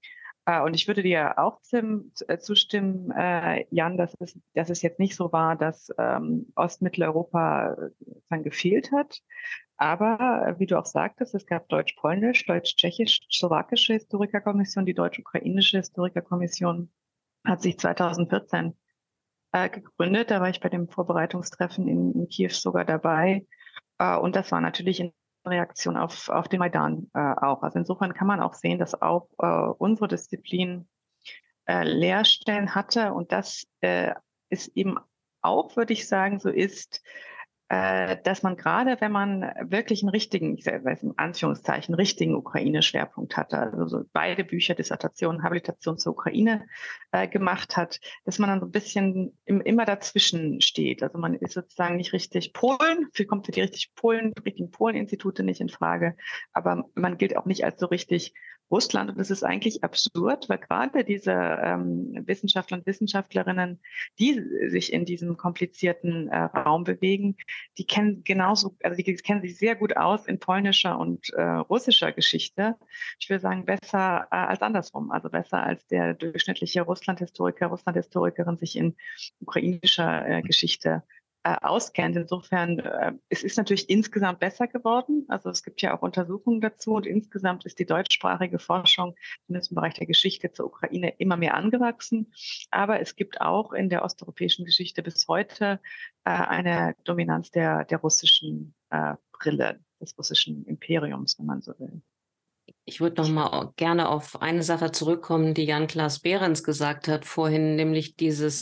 Und ich würde dir auch zustimmen, Jan, dass es jetzt nicht so war, dass Ostmitteleuropa dann gefehlt hat. Aber wie du auch sagtest, es gab Deutsch-Polnisch, Deutsch-Tschechisch, slowakische Historikerkommission. Die Deutsch-Ukrainische Historikerkommission hat sich 2014 gegründet. Da war ich bei dem Vorbereitungstreffen in Kiew sogar dabei. Und das war natürlich in Reaktion auf den Maidan auch. Also insofern kann man auch sehen, dass auch unsere Disziplin Lehrstellen hatte. Und das ist eben auch, würde ich sagen, so ist, dass man gerade, wenn man wirklich einen richtigen, ich sage in Anführungszeichen, richtigen Ukraine-Schwerpunkt hatte, also so beide Bücher, Dissertation, Habilitation zur Ukraine gemacht hat, dass man dann so ein bisschen immer dazwischen steht. Also man ist sozusagen nicht richtig Polen, kommt für die richtigen Polen-Institute nicht in Frage, aber man gilt auch nicht als so richtig Russland. Und das ist eigentlich absurd, weil gerade diese Wissenschaftler und Wissenschaftlerinnen, die sich in diesem komplizierten Raum bewegen, die kennen sich sehr gut aus in polnischer und russischer Geschichte. Ich würde sagen, besser als andersrum, also besser als der durchschnittliche Russland-Historikerin sich in ukrainischer Geschichte auskennt. Insofern, es ist natürlich insgesamt besser geworden. Also es gibt ja auch Untersuchungen dazu und insgesamt ist die deutschsprachige Forschung zumindest im Bereich der Geschichte zur Ukraine immer mehr angewachsen. Aber es gibt auch in der osteuropäischen Geschichte bis heute eine Dominanz der russischen Brille, des russischen Imperiums, wenn man so will. Ich würde noch mal gerne auf eine Sache zurückkommen, die Jan Klaas Behrens gesagt hat vorhin, nämlich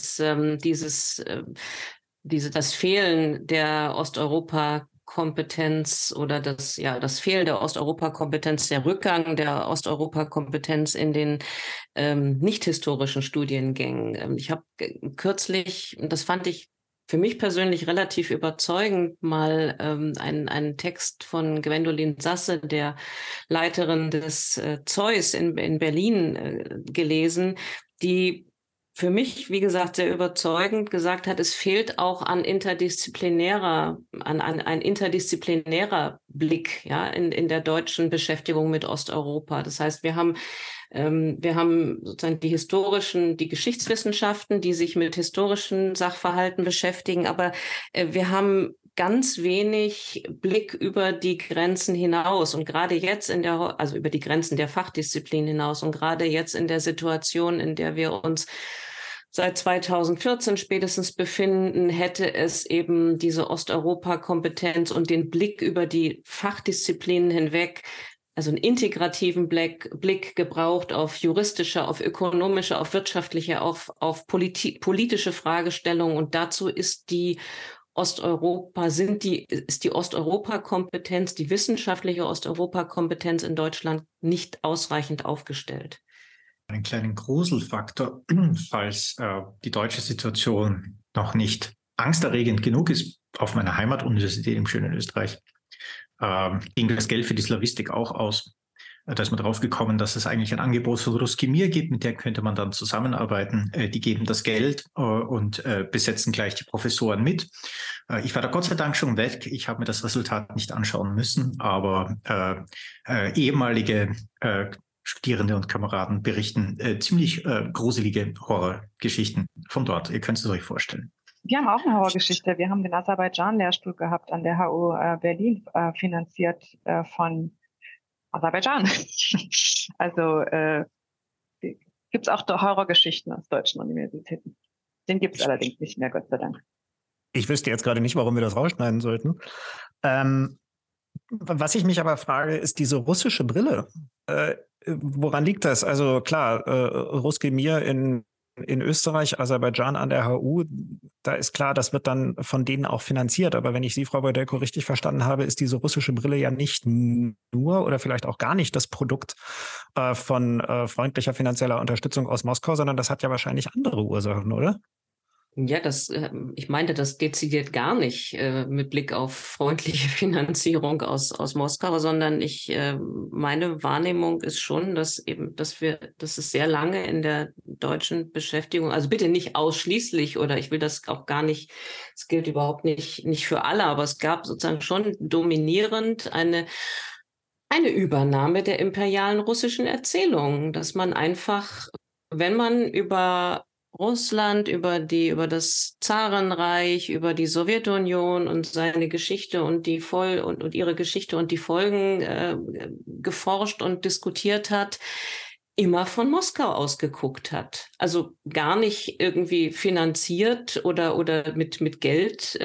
das Fehlen der Osteuropa-Kompetenz oder das Fehlen der Osteuropa-Kompetenz, der Rückgang der Osteuropa-Kompetenz in den nicht historischen Studiengängen. Ich habe kürzlich, und das fand ich für mich persönlich relativ überzeugend, mal einen Text von Gwendolin Sasse, der Leiterin des Zeus in Berlin, gelesen, die für mich, wie gesagt, sehr überzeugend gesagt hat, es fehlt auch an ein interdisziplinärer Blick, ja, in der deutschen Beschäftigung mit Osteuropa. Das heißt, wir haben sozusagen die Geschichtswissenschaften, die sich mit historischen Sachverhalten beschäftigen, aber wir haben ganz wenig Blick über die Grenzen hinaus und gerade jetzt also über die Grenzen der Fachdisziplin hinaus und gerade jetzt in der Situation, in der wir uns seit 2014 spätestens befinden, hätte es eben diese Osteuropa-Kompetenz und den Blick über die Fachdisziplinen hinweg, also einen integrativen Blick gebraucht auf juristische, auf ökonomische, auf wirtschaftliche, auf politische Fragestellungen. Und dazu ist die Osteuropa-Kompetenz, die wissenschaftliche Osteuropa-Kompetenz in Deutschland nicht ausreichend aufgestellt. Einen kleinen Gruselfaktor, falls die deutsche Situation noch nicht angsterregend genug ist. Auf meiner Heimatuniversität im schönen Österreich ging das Geld für die Slawistik auch aus. Da ist man drauf gekommen, dass es eigentlich ein Angebot von Ruski Mir gibt, mit der könnte man dann zusammenarbeiten. Die geben das Geld und besetzen gleich die Professoren mit. Ich war da Gott sei Dank schon weg. Ich habe mir das Resultat nicht anschauen müssen, aber ehemalige Studierende und Kameraden berichten ziemlich gruselige Horrorgeschichten von dort. Ihr könnt es euch vorstellen. Wir haben auch eine Horrorgeschichte. Wir haben den Aserbaidschan-Lehrstuhl gehabt an der HU Berlin, finanziert von Aserbaidschan. Also gibt es auch Horrorgeschichten aus deutschen Universitäten. Den gibt es allerdings nicht mehr, Gott sei Dank. Ich wüsste jetzt gerade nicht, warum wir das rausschneiden sollten. Was ich mich aber frage, ist diese russische Brille. Woran liegt das? Also klar, Ruski Mir in Österreich, Aserbaidschan an der HU, da ist klar, das wird dann von denen auch finanziert. Aber wenn ich Sie, Frau Beudelko, richtig verstanden habe, ist diese russische Brille ja nicht nur oder vielleicht auch gar nicht das Produkt von freundlicher finanzieller Unterstützung aus Moskau, sondern das hat ja wahrscheinlich andere Ursachen, oder? Ja, ich meinte das dezidiert gar nicht mit Blick auf freundliche Finanzierung aus Moskau, sondern meine Wahrnehmung ist schon, dass es sehr lange in der deutschen Beschäftigung, also bitte nicht ausschließlich oder ich will das auch gar nicht, es gilt überhaupt nicht für alle, aber es gab sozusagen schon dominierend eine Eine Übernahme der imperialen russischen Erzählung, dass man einfach, wenn man über Russland, über das Zarenreich, über die Sowjetunion und seine Geschichte und ihre Geschichte und die Folgen geforscht und diskutiert hat, immer von Moskau aus geguckt hat. Also gar nicht irgendwie finanziert oder mit Geld,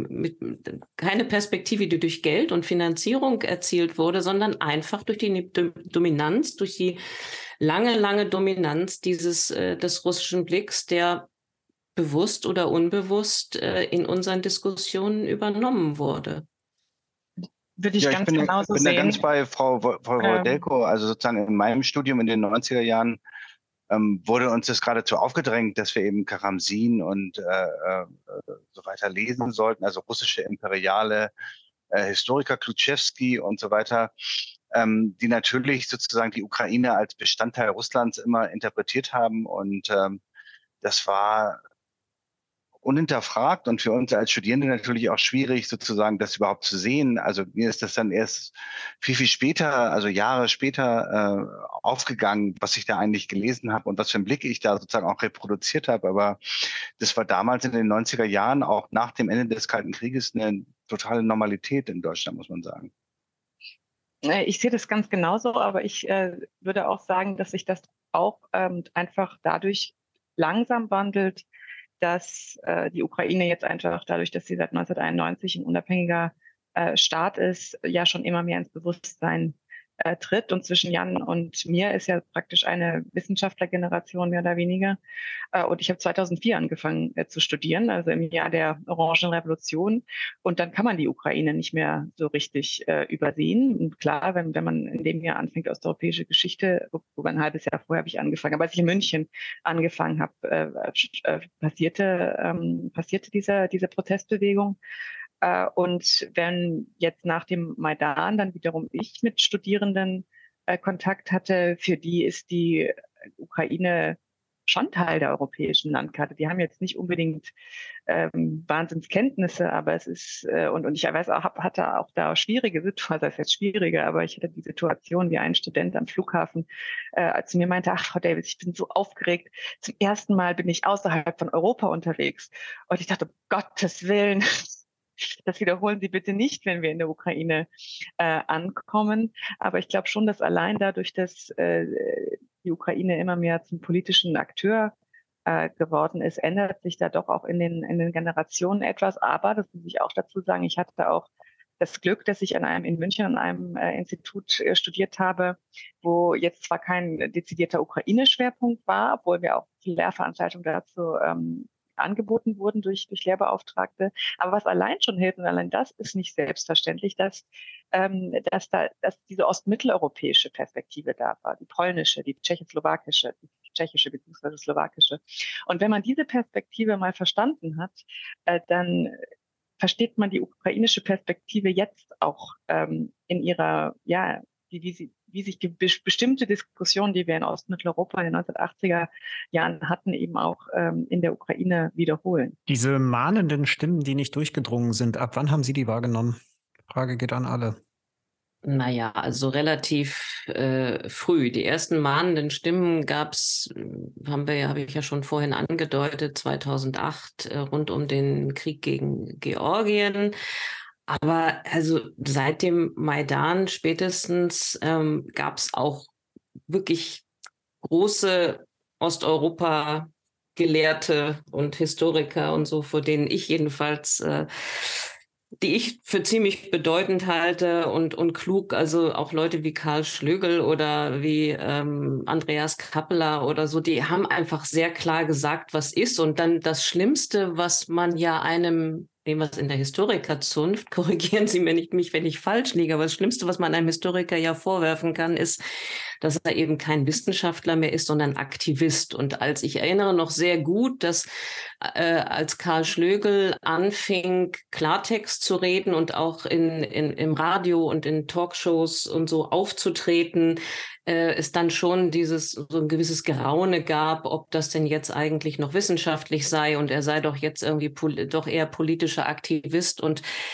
keine Perspektive, die durch Geld und Finanzierung erzielt wurde, sondern einfach durch die Dominanz, durch die lange Dominanz des russischen Blicks, der bewusst oder unbewusst in unseren Diskussionen übernommen wurde. Würde ich ganz genauso sehen. Ich bin da ganz bei Frau Delko. Also sozusagen in meinem Studium in den 90er Jahren wurde uns das geradezu aufgedrängt, dass wir eben Karamsin und so weiter lesen sollten, also russische imperiale Historiker, Kluczewski und so weiter, die natürlich sozusagen die Ukraine als Bestandteil Russlands immer interpretiert haben. Und das war unhinterfragt und für uns als Studierende natürlich auch schwierig, sozusagen das überhaupt zu sehen. Also mir ist das dann erst viel später, also Jahre später aufgegangen, was ich da eigentlich gelesen habe und was für einen Blick ich da sozusagen auch reproduziert habe. Aber das war damals in den 90er Jahren, auch nach dem Ende des Kalten Krieges, eine totale Normalität in Deutschland, muss man sagen. Ich sehe das ganz genauso, aber ich würde auch sagen, dass sich das auch einfach dadurch langsam wandelt, dass die Ukraine jetzt einfach dadurch, dass sie seit 1991 ein unabhängiger Staat ist, ja schon immer mehr ins Bewusstsein tritt. Und zwischen Jan und mir ist ja praktisch eine Wissenschaftlergeneration mehr oder weniger. Und ich habe 2004 angefangen zu studieren, also im Jahr der Orangenrevolution. Und dann kann man die Ukraine nicht mehr so richtig übersehen. Und klar, wenn man in dem Jahr anfängt, osteuropäische Geschichte, sogar ein halbes Jahr vorher habe ich angefangen, aber als ich in München angefangen habe, passierte diese Protestbewegung. Und wenn jetzt nach dem Maidan dann wiederum ich mit Studierenden Kontakt hatte, für die ist die Ukraine schon Teil der europäischen Landkarte. Die haben jetzt nicht unbedingt Wahnsinnskenntnisse, aber es ist, und ich weiß auch, hatte auch da schwierige Situationen, das ist jetzt schwieriger, aber ich hatte die Situation, wie ein Student am Flughafen zu mir meinte, ach, Frau Davis, ich bin so aufgeregt. Zum ersten Mal bin ich außerhalb von Europa unterwegs. Und ich dachte, um Gottes Willen, das wiederholen Sie bitte nicht, wenn wir in der Ukraine ankommen. Aber ich glaube schon, dass allein dadurch, dass die Ukraine immer mehr zum politischen Akteur geworden ist, ändert sich da doch auch in den Generationen etwas. Aber, das muss ich auch dazu sagen, ich hatte auch das Glück, dass ich in München an einem Institut studiert habe, wo jetzt zwar kein dezidierter Ukraine-Schwerpunkt war, obwohl wir auch viele Lehrveranstaltungen dazu angeboten wurden durch Lehrbeauftragte. Aber was allein schon hilft, und allein das ist nicht selbstverständlich, dass diese ostmitteleuropäische Perspektive da war, die polnische, die tschechoslowakische, bzw. slowakische. Und wenn man diese Perspektive mal verstanden hat, dann versteht man die ukrainische Perspektive jetzt auch in ihrer, ja, wie sich die bestimmte Diskussion, die wir in Ostmitteleuropa in den 1980er Jahren hatten, eben auch in der Ukraine wiederholen. Diese mahnenden Stimmen, die nicht durchgedrungen sind, ab wann haben Sie die wahrgenommen? Die Frage geht an alle. Naja, also relativ früh. Die ersten mahnenden Stimmen gab's, habe ich ja schon vorhin angedeutet, 2008 rund um den Krieg gegen Georgien. Aber also seit dem Maidan spätestens gab es auch wirklich große Osteuropa-Gelehrte und Historiker und so, vor denen ich jedenfalls, die ich für ziemlich bedeutend halte und klug, also auch Leute wie Karl Schlögl oder wie Andreas Kappeler oder so, die haben einfach sehr klar gesagt, was ist. Und dann das Schlimmste, was man ja dem, was in der Historikerzunft, korrigieren Sie mich, wenn ich falsch liege, aber das Schlimmste, was man einem Historiker ja vorwerfen kann, ist, dass er eben kein Wissenschaftler mehr ist, sondern Aktivist. Und ich erinnere noch sehr gut, dass als Karl Schlögl anfing, Klartext zu reden und auch im Radio und in Talkshows und so aufzutreten, es dann schon so ein gewisses Geraune gab, ob das denn jetzt eigentlich noch wissenschaftlich sei und er sei doch jetzt irgendwie doch eher politischer Aktivist. Und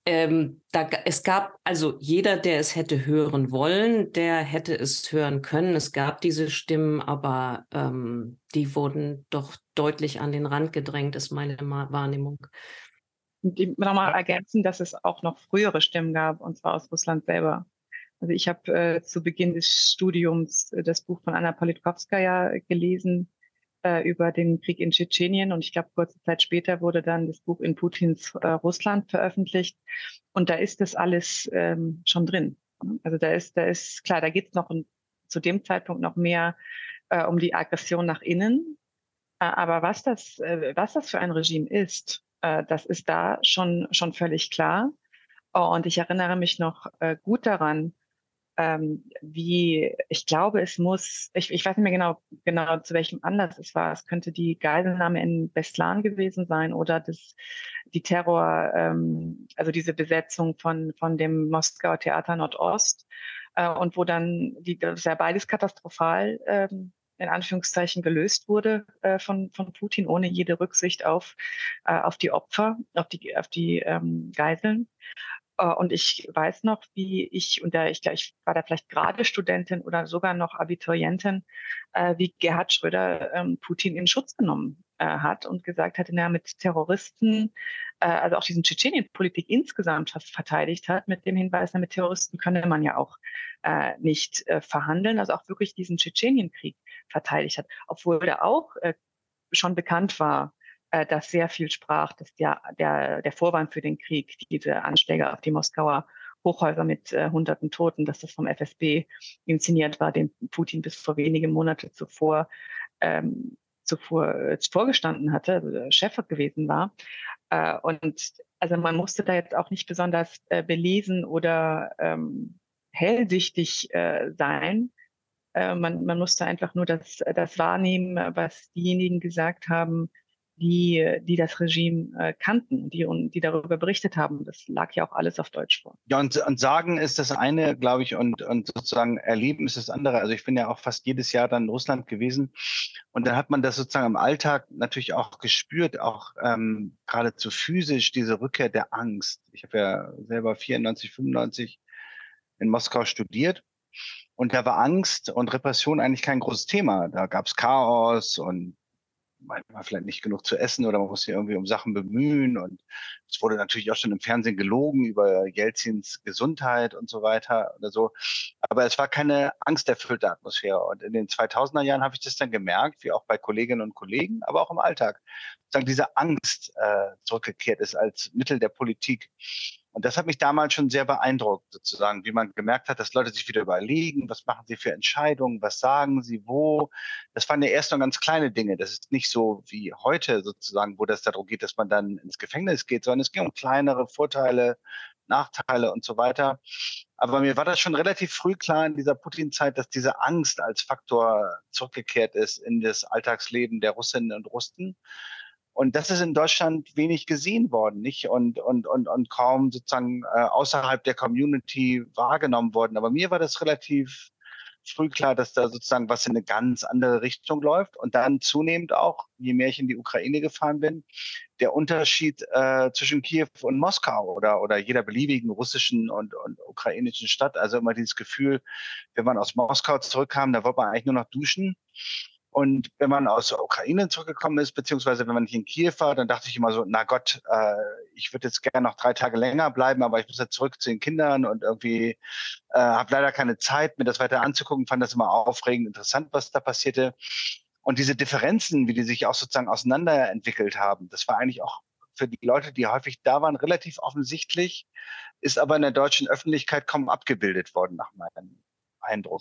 Es gab also jeder, der es hätte hören wollen, der hätte es hören können. Es gab diese Stimmen, aber die wurden doch deutlich an den Rand gedrängt, ist meine Wahrnehmung. Nochmal ergänzen, dass es auch noch frühere Stimmen gab, und zwar aus Russland selber. Also ich habe zu Beginn des Studiums das Buch von Anna Politkovskaja gelesen über den Krieg in Tschetschenien, und ich glaube, kurze Zeit später wurde dann das Buch In Putins Russland veröffentlicht, und da ist das alles schon drin. Also da ist klar, da geht es noch zu dem Zeitpunkt noch mehr um die Aggression nach innen, aber was das für ein Regime ist, das ist da schon völlig klar. Und ich erinnere mich noch gut daran, wie, ich glaube, es muss, ich weiß nicht mehr genau zu welchem Anlass es war. Es könnte die Geiselnahme in Beslan gewesen sein oder die Terror, also diese Besetzung von dem Moskauer Theater Nordost, und wo dann, das ist ja beides katastrophal, in Anführungszeichen gelöst wurde von Putin, ohne jede Rücksicht auf die Opfer, auf die Geiseln. Und ich weiß noch, wie ich war da vielleicht gerade Studentin oder sogar noch Abiturientin, wie Gerhard Schröder Putin in Schutz genommen hat und gesagt hatte, mit Terroristen, also auch diesen Tschetschenien-Politik insgesamt verteidigt hat, mit dem Hinweis, mit Terroristen könne man ja auch nicht verhandeln, also auch wirklich diesen Tschetschenien-Krieg verteidigt hat, obwohl da auch schon bekannt war, dass sehr viel sprach, dass der Vorwand für den Krieg, diese Anschläge auf die Moskauer Hochhäuser mit hunderten Toten, dass das vom FSB inszeniert war, dem Putin bis vor wenige Monate zuvor vorgestanden hatte, also Chef gewesen war. Und also man musste da jetzt auch nicht besonders belesen oder hellsichtig sein. Man musste einfach nur das wahrnehmen, was diejenigen gesagt haben, die das Regime kannten, die darüber berichtet haben. Das lag ja auch alles auf Deutsch vor. Ja, und sagen ist das eine, glaube ich, und sozusagen erleben ist das andere. Also ich bin ja auch fast jedes Jahr dann in Russland gewesen, und dann hat man das sozusagen im Alltag natürlich auch gespürt, auch geradezu physisch, diese Rückkehr der Angst. Ich habe ja selber 94, 95 in Moskau studiert, und da war Angst und Repression eigentlich kein großes Thema. Da gab es Chaos und manchmal vielleicht nicht genug zu essen oder man muss sich irgendwie um Sachen bemühen, und es wurde natürlich auch schon im Fernsehen gelogen über Jelzins Gesundheit und so weiter oder so. Aber es war keine angsterfüllte Atmosphäre, und in den 2000er Jahren habe ich das dann gemerkt, wie auch bei Kolleginnen und Kollegen, aber auch im Alltag, sozusagen diese Angst zurückgekehrt ist als Mittel der Politik. Und das hat mich damals schon sehr beeindruckt, sozusagen, wie man gemerkt hat, dass Leute sich wieder überlegen, was machen sie für Entscheidungen, was sagen sie, wo. Das waren ja erst noch ganz kleine Dinge. Das ist nicht so wie heute sozusagen, wo das darum geht, dass man dann ins Gefängnis geht, sondern es ging um kleinere Vorteile, Nachteile und so weiter. Aber mir war das schon relativ früh klar in dieser Putin-Zeit, dass diese Angst als Faktor zurückgekehrt ist in das Alltagsleben der Russinnen und Russen. Und das ist in Deutschland wenig gesehen worden, nicht? Und kaum sozusagen außerhalb der Community wahrgenommen worden. Aber mir war das relativ früh klar, dass da sozusagen was in eine ganz andere Richtung läuft. Und dann zunehmend auch, je mehr ich in die Ukraine gefahren bin, der Unterschied zwischen Kiew und Moskau oder jeder beliebigen russischen und ukrainischen Stadt. Also immer dieses Gefühl, wenn man aus Moskau zurückkam, da wollte man eigentlich nur noch duschen. Und wenn man aus der Ukraine zurückgekommen ist, beziehungsweise wenn man hier in Kiew war, dann dachte ich immer so, na Gott, ich würde jetzt gerne noch 3 Tage länger bleiben, aber ich muss jetzt zurück zu den Kindern und irgendwie habe leider keine Zeit, mir das weiter anzugucken, fand das immer aufregend, interessant, was da passierte. Und diese Differenzen, wie die sich auch sozusagen auseinanderentwickelt haben, das war eigentlich auch für die Leute, die häufig da waren, relativ offensichtlich, ist aber in der deutschen Öffentlichkeit kaum abgebildet worden, nach meinem Eindruck.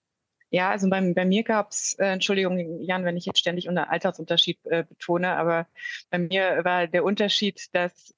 Ja, also bei mir gab es, Entschuldigung, Jan, wenn ich jetzt ständig unter Altersunterschied betone, aber bei mir war der Unterschied, dass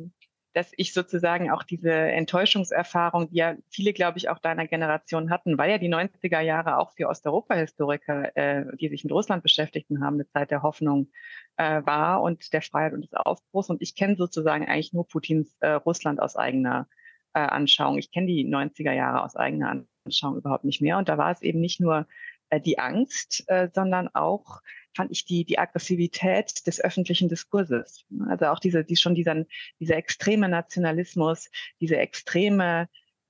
ich sozusagen auch diese Enttäuschungserfahrung, die ja viele, glaube ich, auch deiner Generation hatten, weil ja die 90er Jahre auch für Osteuropa-Historiker, die sich mit Russland beschäftigten haben, eine Zeit der Hoffnung war und der Freiheit und des Aufbruchs. Und ich kenne sozusagen eigentlich nur Putins Russland aus eigener Anschauung. Ich kenne die 90er Jahre aus eigener Anschauung überhaupt nicht mehr. Und da war es eben nicht nur die Angst, sondern auch fand ich die Aggressivität des öffentlichen Diskurses. Also auch dieser extreme Nationalismus, diese extreme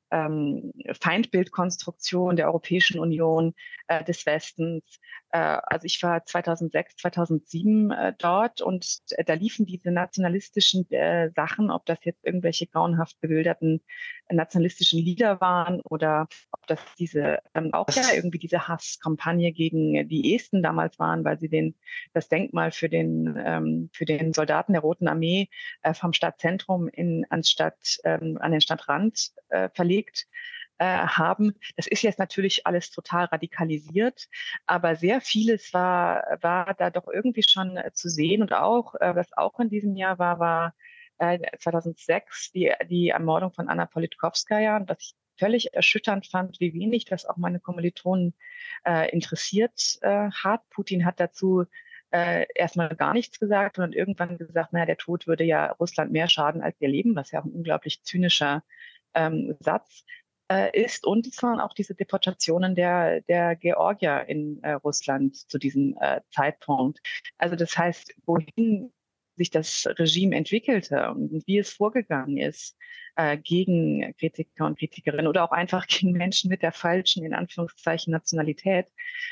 Feindbildkonstruktion der Europäischen Union, des Westens. Also ich war 2006, 2007 dort und da liefen diese nationalistischen Sachen, ob das jetzt irgendwelche grauenhaft bebilderten nationalistischen Lieder waren oder ob das auch irgendwie diese Hasskampagne gegen die Esten damals waren, weil sie das Denkmal für den Soldaten der Roten Armee vom Stadtzentrum an den Stadtrand verlegt haben. Das ist jetzt natürlich alles total radikalisiert, aber sehr vieles war da doch irgendwie schon zu sehen. Und auch, was auch in diesem Jahr war 2006 die Ermordung von Anna Politkovskaja, und was ich völlig erschütternd fand, wie wenig das auch meine Kommilitonen interessiert hat. Putin hat dazu erstmal gar nichts gesagt und irgendwann gesagt, naja, der Tod würde ja Russland mehr schaden als ihr Leben, was ja auch ein unglaublich zynischer Satz ist. Und es waren auch diese Deportationen der Georgier in Russland zu diesem Zeitpunkt. Also das heißt, wohin sich das Regime entwickelte und wie es vorgegangen ist gegen Kritiker und Kritikerinnen oder auch einfach gegen Menschen mit der falschen, in Anführungszeichen, Nationalität.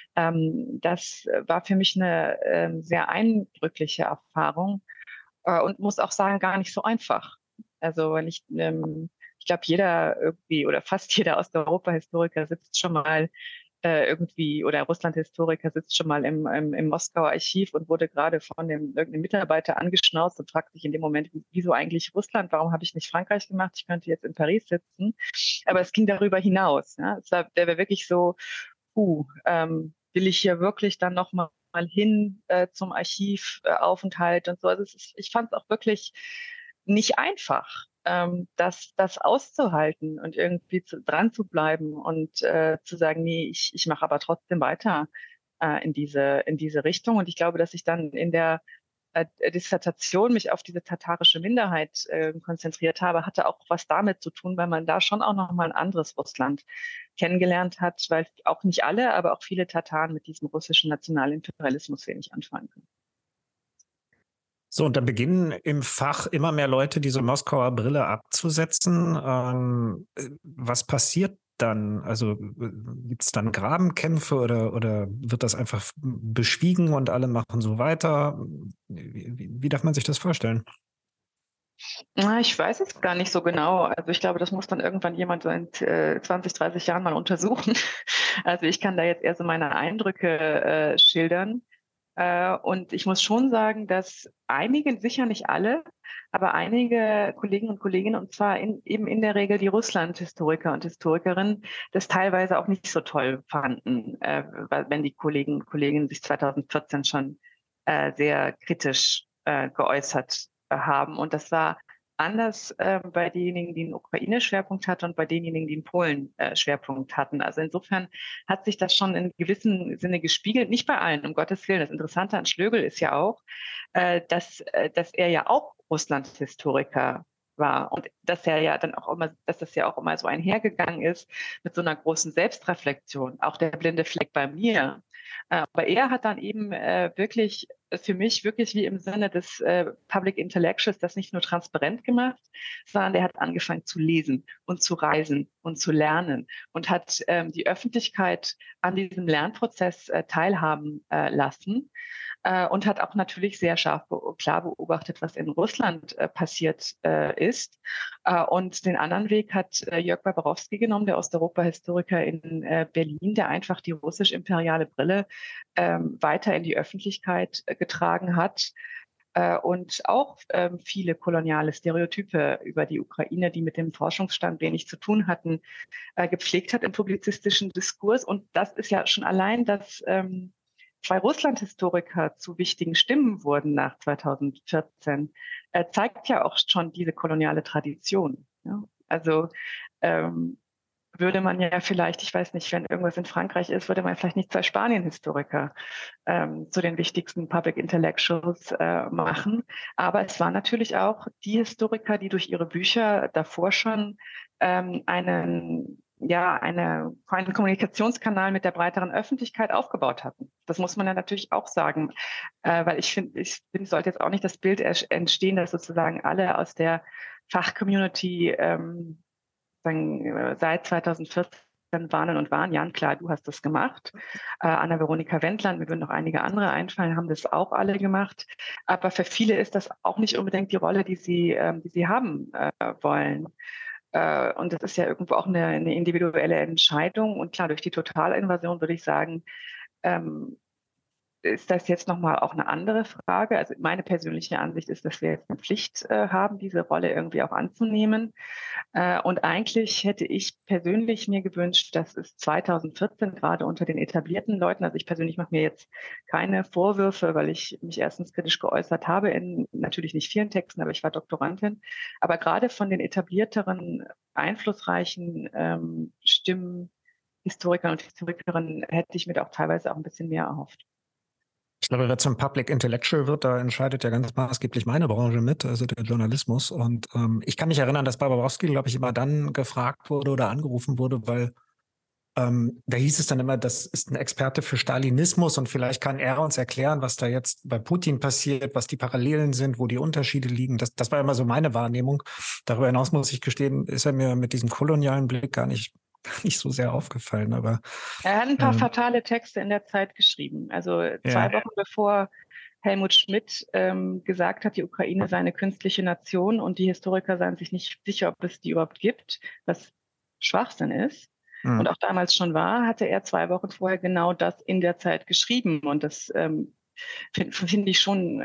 Das war für mich eine sehr eindrückliche Erfahrung und muss auch sagen, gar nicht so einfach. Also weil ich glaube, jeder irgendwie oder fast jeder Osteuropa-Historiker sitzt schon mal oder Russland-Historiker sitzt schon mal im Moskauer Archiv und wurde gerade von irgendeinem Mitarbeiter angeschnauzt und fragt sich in dem Moment, wieso eigentlich Russland? Warum habe ich nicht Frankreich gemacht? Ich könnte jetzt in Paris sitzen. Aber es ging darüber hinaus. Ja? Der war wirklich so, will ich hier wirklich dann noch mal hin zum Archivaufenthalt und so. Also ich fand es auch wirklich nicht einfach, das auszuhalten und irgendwie dran zu bleiben und zu sagen, nee, ich mache aber trotzdem weiter in diese Richtung. Und ich glaube, dass ich dann in der Dissertation mich auf diese tatarische Minderheit konzentriert habe, hatte auch was damit zu tun, weil man da schon auch noch mal ein anderes Russland kennengelernt hat, weil auch nicht alle, aber auch viele Tataren mit diesem russischen Nationalimperialismus wenig anfangen können. So, und da beginnen im Fach immer mehr Leute diese Moskauer Brille abzusetzen. Was passiert dann? Also gibt es dann Grabenkämpfe oder wird das einfach beschwiegen und alle machen so weiter? Wie darf man sich das vorstellen? Ich weiß es gar nicht so genau. Also ich glaube, das muss dann irgendwann jemand so in 20, 30 Jahren mal untersuchen. Also ich kann da jetzt eher so meine Eindrücke schildern. Und ich muss schon sagen, dass einige, sicher nicht alle, aber einige Kollegen und Kolleginnen, und zwar eben in der Regel die Russland-Historiker und Historikerinnen, das teilweise auch nicht so toll fanden, wenn die Kollegen und Kolleginnen sich 2014 schon sehr kritisch geäußert haben. Und das war anders bei denjenigen, die einen Ukraine-Schwerpunkt hatten und bei denjenigen, die einen Polen-Schwerpunkt hatten. Also insofern hat sich das schon in gewissem Sinne gespiegelt. Nicht bei allen, um Gottes Willen. Das Interessante an Schlögl ist ja auch, dass er ja auch Russland-Historiker war und dass das ja auch immer so einhergegangen ist mit so einer großen Selbstreflexion. Auch der blinde Fleck bei mir. Aber er hat dann eben wirklich für mich wirklich wie im Sinne des Public Intellectuals das nicht nur transparent gemacht, sondern der hat angefangen zu lesen und zu reisen und zu lernen und hat die Öffentlichkeit an diesem Lernprozess teilhaben lassen und hat auch natürlich sehr klar beobachtet, was in Russland passiert ist. Und den anderen Weg hat Jörg Barbarowski genommen, der Osteuropa-Historiker in Berlin, der einfach die russisch-imperiale Brille weiter in die Öffentlichkeit getragen hat und auch viele koloniale Stereotype über die Ukraine, die mit dem Forschungsstand wenig zu tun hatten, gepflegt hat im publizistischen Diskurs. Und das ist ja schon allein, dass zwei Russland-Historiker zu wichtigen Stimmen wurden nach 2014, zeigt ja auch schon diese koloniale Tradition. Ja? Also würde man ja vielleicht, ich weiß nicht, wenn irgendwas in Frankreich ist, würde man vielleicht nicht zwei Spanien-Historiker zu den wichtigsten Public Intellectuals machen. Aber es waren natürlich auch die Historiker, die durch ihre Bücher davor schon einen einen Kommunikationskanal mit der breiteren Öffentlichkeit aufgebaut hatten. Das muss man ja natürlich auch sagen, weil ich finde, es sollte jetzt auch nicht das Bild entstehen, dass sozusagen alle aus der Fachcommunity seit 2014 warnen und waren. Jan, klar, du hast das gemacht. Anna-Veronika Wendland, mir würden noch einige andere einfallen, haben das auch alle gemacht. Aber für viele ist das auch nicht unbedingt die Rolle, die sie haben wollen. Und das ist ja irgendwo auch eine individuelle Entscheidung. Und klar, durch die Totalinvasion würde ich sagen, ist das jetzt nochmal auch eine andere Frage. Also meine persönliche Ansicht ist, dass wir jetzt eine Pflicht haben, diese Rolle irgendwie auch anzunehmen. Und eigentlich hätte ich persönlich mir gewünscht, dass es 2014 gerade unter den etablierten Leuten, also ich persönlich mache mir jetzt keine Vorwürfe, weil ich mich erstens kritisch geäußert habe in natürlich nicht vielen Texten, aber ich war Doktorandin. Aber gerade von den etablierteren, einflussreichen Stimmen, Historikern und Historikerinnen hätte ich mir da auch teilweise auch ein bisschen mehr erhofft. Ich glaube, wer zum Public Intellectual wird, da entscheidet ja ganz maßgeblich meine Branche mit, also der Journalismus. Und ich kann mich erinnern, dass Barbarowski, glaube ich, immer dann gefragt wurde oder angerufen wurde, weil da hieß es dann immer, das ist ein Experte für Stalinismus und vielleicht kann er uns erklären, was da jetzt bei Putin passiert, was die Parallelen sind, wo die Unterschiede liegen. Das war immer so meine Wahrnehmung. Darüber hinaus muss ich gestehen, ist er mir mit diesem kolonialen Blick gar nicht so sehr aufgefallen, aber er hat ein paar fatale Texte in der Zeit geschrieben. Also 2 Wochen bevor Helmut Schmidt gesagt hat, die Ukraine sei eine künstliche Nation und die Historiker seien sich nicht sicher, ob es die überhaupt gibt, was Schwachsinn ist. Und auch damals schon war, hatte er 2 Wochen vorher genau das in der Zeit geschrieben. Und das finde ich schon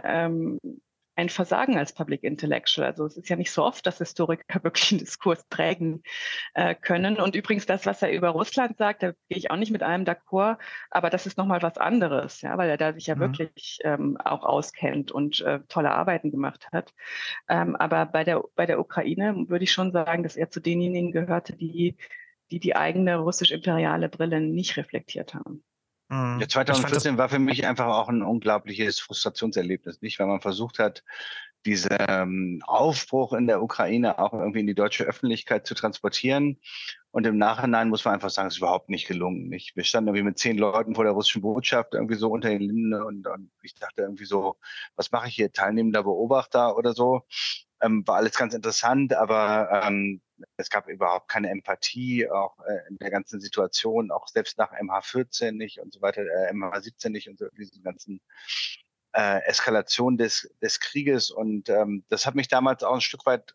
ein Versagen als Public Intellectual. Also es ist ja nicht so oft, dass Historiker wirklich einen Diskurs prägen können. Und übrigens das, was er über Russland sagt, da gehe ich auch nicht mit allem d'accord, aber das ist nochmal was anderes, ja, weil er da sich ja wirklich auch auskennt und tolle Arbeiten gemacht hat. Aber bei der Ukraine würde ich schon sagen, dass er zu denjenigen gehörte, die eigene russisch-imperiale Brille nicht reflektiert haben. Ja, 2014 war für mich einfach auch ein unglaubliches Frustrationserlebnis, nicht? Weil man versucht hat, diesen Aufbruch in der Ukraine auch irgendwie in die deutsche Öffentlichkeit zu transportieren. Und im Nachhinein muss man einfach sagen, es ist überhaupt nicht gelungen, nicht? Wir standen irgendwie mit 10 Leuten vor der russischen Botschaft irgendwie so unter den Linden und ich dachte irgendwie so, was mache ich hier? Teilnehmender Beobachter oder so? War alles ganz interessant, aber es gab überhaupt keine Empathie, auch in der ganzen Situation, auch selbst nach MH14 nicht und so weiter, MH17 nicht und so, diesen ganzen Eskalation des Krieges. Und das hat mich damals auch ein Stück weit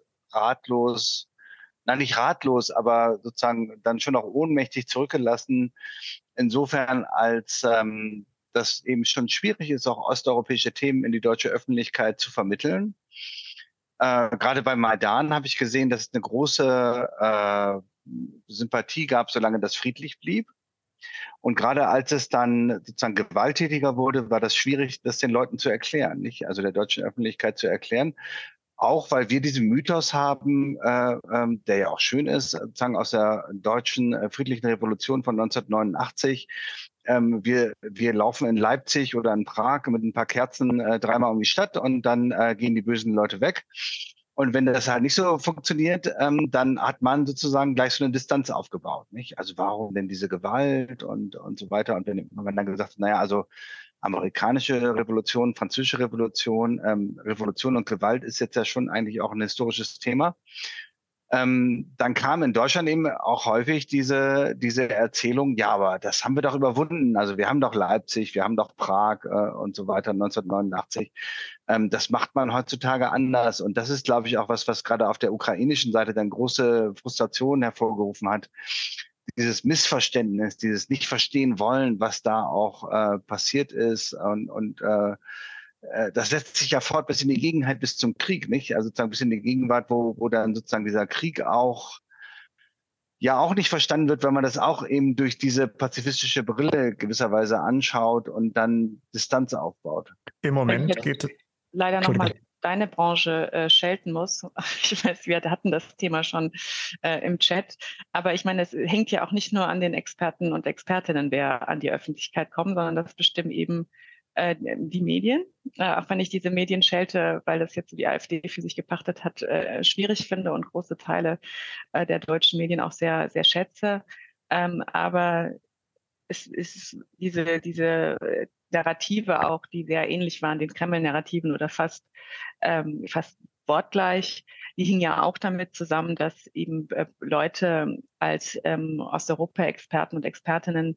nicht ratlos, aber sozusagen dann schon auch ohnmächtig zurückgelassen. Insofern, als das eben schon schwierig ist, auch osteuropäische Themen in die deutsche Öffentlichkeit zu vermitteln. Gerade beim Maidan habe ich gesehen, dass es eine große Sympathie gab, solange das friedlich blieb. Und gerade als es dann sozusagen gewalttätiger wurde, war das schwierig, das den Leuten zu erklären, nicht? Also der deutschen Öffentlichkeit zu erklären. Auch weil wir diesen Mythos haben, der ja auch schön ist, sozusagen aus der deutschen friedlichen Revolution von 1989. Wir laufen in Leipzig oder in Prag mit ein paar Kerzen 3-mal um die Stadt und dann gehen die bösen Leute weg. Und wenn das halt nicht so funktioniert, dann hat man sozusagen gleich so eine Distanz aufgebaut, nicht? Also warum denn diese Gewalt und so weiter? Und wenn man dann gesagt hat, naja, also amerikanische Revolution, französische Revolution, Revolution und Gewalt ist jetzt ja schon eigentlich auch ein historisches Thema. Dann kam in Deutschland eben auch häufig diese Erzählung, ja, aber das haben wir doch überwunden. Also wir haben doch Leipzig, wir haben doch Prag und so weiter 1989. Das macht man heutzutage anders. Und das ist, glaube ich, auch was gerade auf der ukrainischen Seite dann große Frustration hervorgerufen hat. Dieses Missverständnis, dieses nicht verstehen wollen, was da auch passiert ist und das setzt sich ja fort bis in die Gegenwart, bis zum Krieg, nicht? Also sozusagen bis in die Gegenwart, wo dann sozusagen dieser Krieg auch nicht verstanden wird, weil man das auch eben durch diese pazifistische Brille gewisserweise anschaut und dann Distanz aufbaut. Im Moment geht es leider nochmal deine Branche schelten muss. Ich weiß, wir hatten das Thema schon im Chat, aber ich meine, es hängt ja auch nicht nur an den Experten und Expertinnen, wer an die Öffentlichkeit kommt, sondern das bestimmen eben die Medien, auch wenn ich diese Medienschelte, weil das jetzt so die AfD für sich gepachtet hat, schwierig finde und große Teile der deutschen Medien auch sehr, sehr schätze. Aber es ist diese Narrative auch, die sehr ähnlich waren, den Kreml-Narrativen oder fast wortgleich, die hingen ja auch damit zusammen, dass eben Leute als Osteuropa-Experten und Expertinnen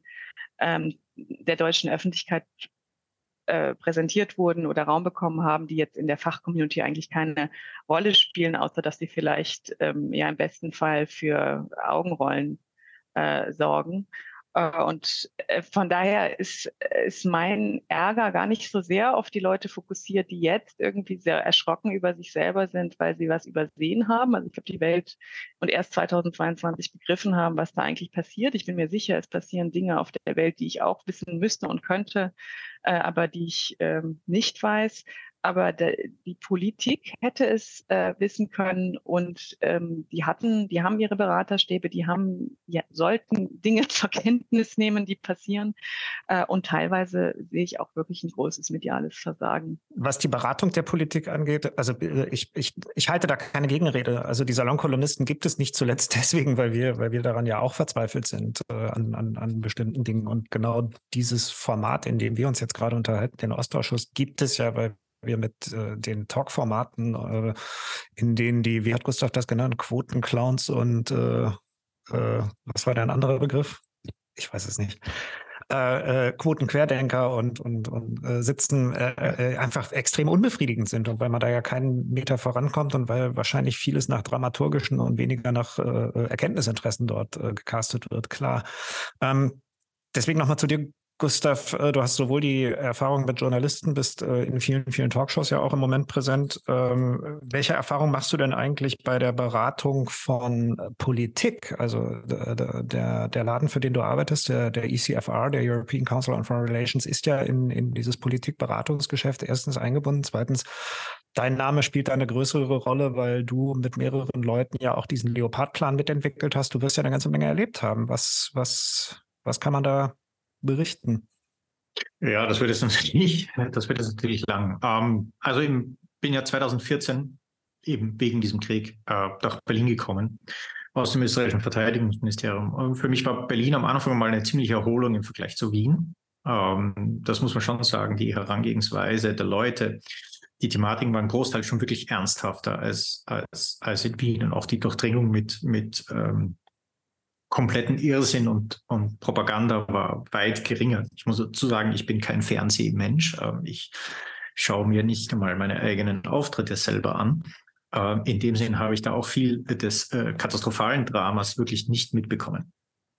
der deutschen Öffentlichkeit präsentiert wurden oder Raum bekommen haben, die jetzt in der Fachcommunity eigentlich keine Rolle spielen, außer dass sie vielleicht ja im besten Fall für Augenrollen sorgen. Und von daher ist mein Ärger gar nicht so sehr auf die Leute fokussiert, die jetzt irgendwie sehr erschrocken über sich selber sind, weil sie was übersehen haben. Also ich glaube, die Welt und erst 2022 begriffen haben, was da eigentlich passiert. Ich bin mir sicher, es passieren Dinge auf der Welt, die ich auch wissen müsste und könnte, aber die ich nicht weiß. Aber die Politik hätte es wissen können und die haben ihre Beraterstäbe, sollten Dinge zur Kenntnis nehmen, die passieren. Und teilweise sehe ich auch wirklich ein großes mediales Versagen. Was die Beratung der Politik angeht, also ich halte da keine Gegenrede. Also die Salonkolumnisten gibt es nicht zuletzt deswegen, weil wir daran ja auch verzweifelt sind an bestimmten Dingen. Und genau dieses Format, in dem wir uns jetzt gerade unterhalten, den Ostausschuss, gibt es ja, weil wir mit den Talk-Formaten, in denen wie hat Gustav das genannt, Quotenclowns und was war der andere Begriff? Ich weiß es nicht. Quotenquerdenker und sitzen einfach extrem unbefriedigend sind und weil man da ja keinen Meter vorankommt und weil wahrscheinlich vieles nach dramaturgischen und weniger nach Erkenntnisinteressen dort gecastet wird, klar. Deswegen nochmal zu dir, Gustav, du hast sowohl die Erfahrung mit Journalisten, bist in vielen, vielen Talkshows ja auch im Moment präsent. Welche Erfahrung machst du denn eigentlich bei der Beratung von Politik? Also der Laden, für den du arbeitest, der ECFR, der European Council on Foreign Relations, ist ja in dieses Politikberatungsgeschäft erstens eingebunden. Zweitens, dein Name spielt da eine größere Rolle, weil du mit mehreren Leuten ja auch diesen Leopard-Plan mitentwickelt hast. Du wirst ja eine ganze Menge erlebt haben. Was kann man da berichten? Ja, das wird jetzt natürlich lang. Also ich bin ja 2014 eben wegen diesem Krieg nach Berlin gekommen, aus dem österreichischen Verteidigungsministerium. Und für mich war Berlin am Anfang mal eine ziemliche Erholung im Vergleich zu Wien. Das muss man schon sagen, die Herangehensweise der Leute, die Thematiken waren großteils schon wirklich ernsthafter als in Wien und auch die Durchdringung mit kompletten Irrsinn und Propaganda war weit geringer. Ich muss dazu sagen, ich bin kein Fernsehmensch. Ich schaue mir nicht einmal meine eigenen Auftritte selber an. In dem Sinn habe ich da auch viel des katastrophalen Dramas wirklich nicht mitbekommen.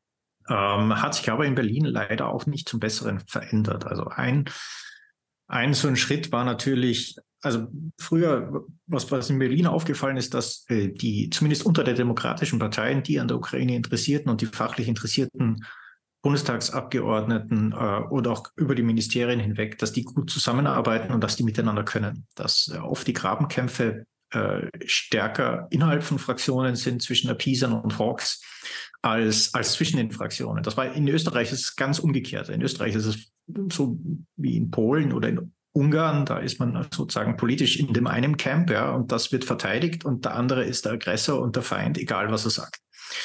Hat sich aber in Berlin leider auch nicht zum Besseren verändert. Also ein so ein Schritt war natürlich, also früher, was in Berlin aufgefallen ist, dass die zumindest unter der demokratischen Parteien, die an der Ukraine interessierten und die fachlich interessierten Bundestagsabgeordneten oder auch über die Ministerien hinweg, dass die gut zusammenarbeiten und dass die miteinander können. Dass oft die Grabenkämpfe stärker innerhalb von Fraktionen sind zwischen Appeasern und Hawks als zwischen den Fraktionen. Das war in Österreich ist es ganz umgekehrt. In Österreich ist es so wie in Polen oder in Ungarn, da ist man sozusagen politisch in dem einen Camp, ja, und das wird verteidigt und der andere ist der Aggressor und der Feind, egal was er sagt.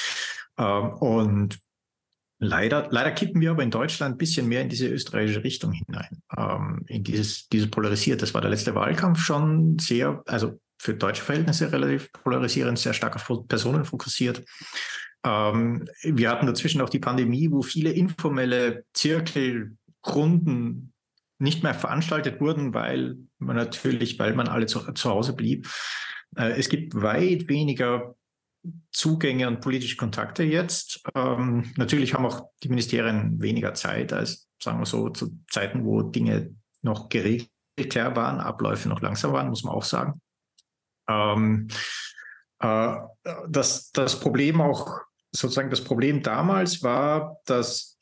Und leider kippen wir aber in Deutschland ein bisschen mehr in diese österreichische Richtung hinein, in dieses polarisiert. Das war der letzte Wahlkampf schon sehr, also für deutsche Verhältnisse relativ polarisierend, sehr stark auf Personen fokussiert. Wir hatten dazwischen auch die Pandemie, wo viele informelle Zirkelrunden nicht mehr veranstaltet wurden, weil man alle zu Hause blieb. Es gibt weit weniger Zugänge und politische Kontakte jetzt. Natürlich haben auch die Ministerien weniger Zeit als, sagen wir so, zu Zeiten, wo Dinge noch geregelt klar waren, Abläufe noch langsam waren, muss man auch sagen. Das Problem auch, sozusagen das Problem damals war, dass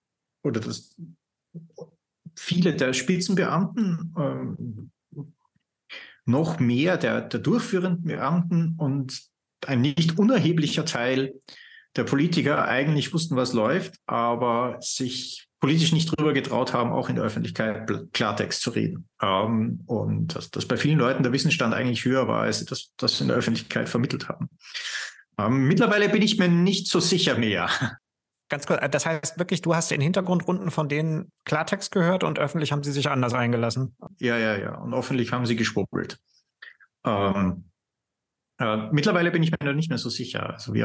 viele der Spitzenbeamten, noch mehr der durchführenden Beamten und ein nicht unerheblicher Teil der Politiker eigentlich wussten, was läuft, aber sich politisch nicht drüber getraut haben, auch in der Öffentlichkeit Klartext zu reden. Und dass bei vielen Leuten der Wissensstand eigentlich höher war, als sie das in der Öffentlichkeit vermittelt haben. Mittlerweile bin ich mir nicht so sicher mehr. Ganz kurz, das heißt wirklich, du hast in Hintergrundrunden von denen Klartext gehört und öffentlich haben sie sich anders eingelassen? Ja. Und öffentlich haben sie geschwurbelt. Mittlerweile bin ich mir da nicht mehr so sicher. Also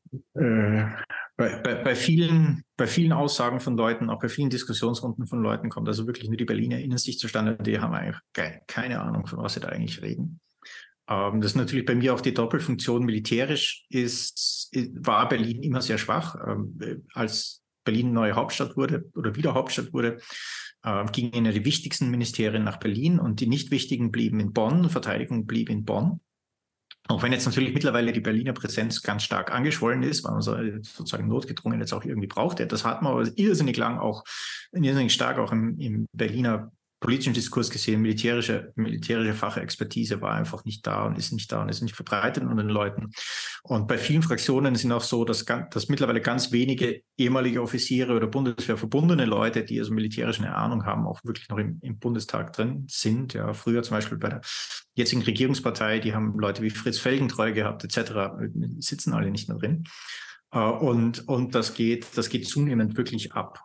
bei vielen Aussagen von Leuten, auch bei vielen Diskussionsrunden von Leuten kommt also wirklich nur die Berliner Innensicht zustande. Die haben eigentlich keine Ahnung, von was sie da eigentlich reden. Das ist natürlich bei mir auch die Doppelfunktion. Militärisch war Berlin immer sehr schwach. Als Berlin neue Hauptstadt wurde oder wieder Hauptstadt wurde, gingen ja die wichtigsten Ministerien nach Berlin und die nicht wichtigen blieben in Bonn. Verteidigung blieb in Bonn. Auch wenn jetzt natürlich mittlerweile die Berliner Präsenz ganz stark angeschwollen ist, weil man sozusagen notgedrungen jetzt auch irgendwie brauchte. Das hat man aber irrsinnig stark auch im Berliner politischen Diskurs gesehen. Militärische Fachexpertise war einfach nicht da und ist nicht verbreitet unter den Leuten. Und bei vielen Fraktionen sind auch so, dass mittlerweile ganz wenige ehemalige Offiziere oder Bundeswehr verbundene Leute, die also militärische Ahnung haben, auch wirklich noch im Bundestag drin sind. Ja, früher zum Beispiel bei der jetzigen Regierungspartei, die haben Leute wie Fritz Felgentreu gehabt etc., sitzen alle nicht mehr drin. Und das geht zunehmend wirklich ab.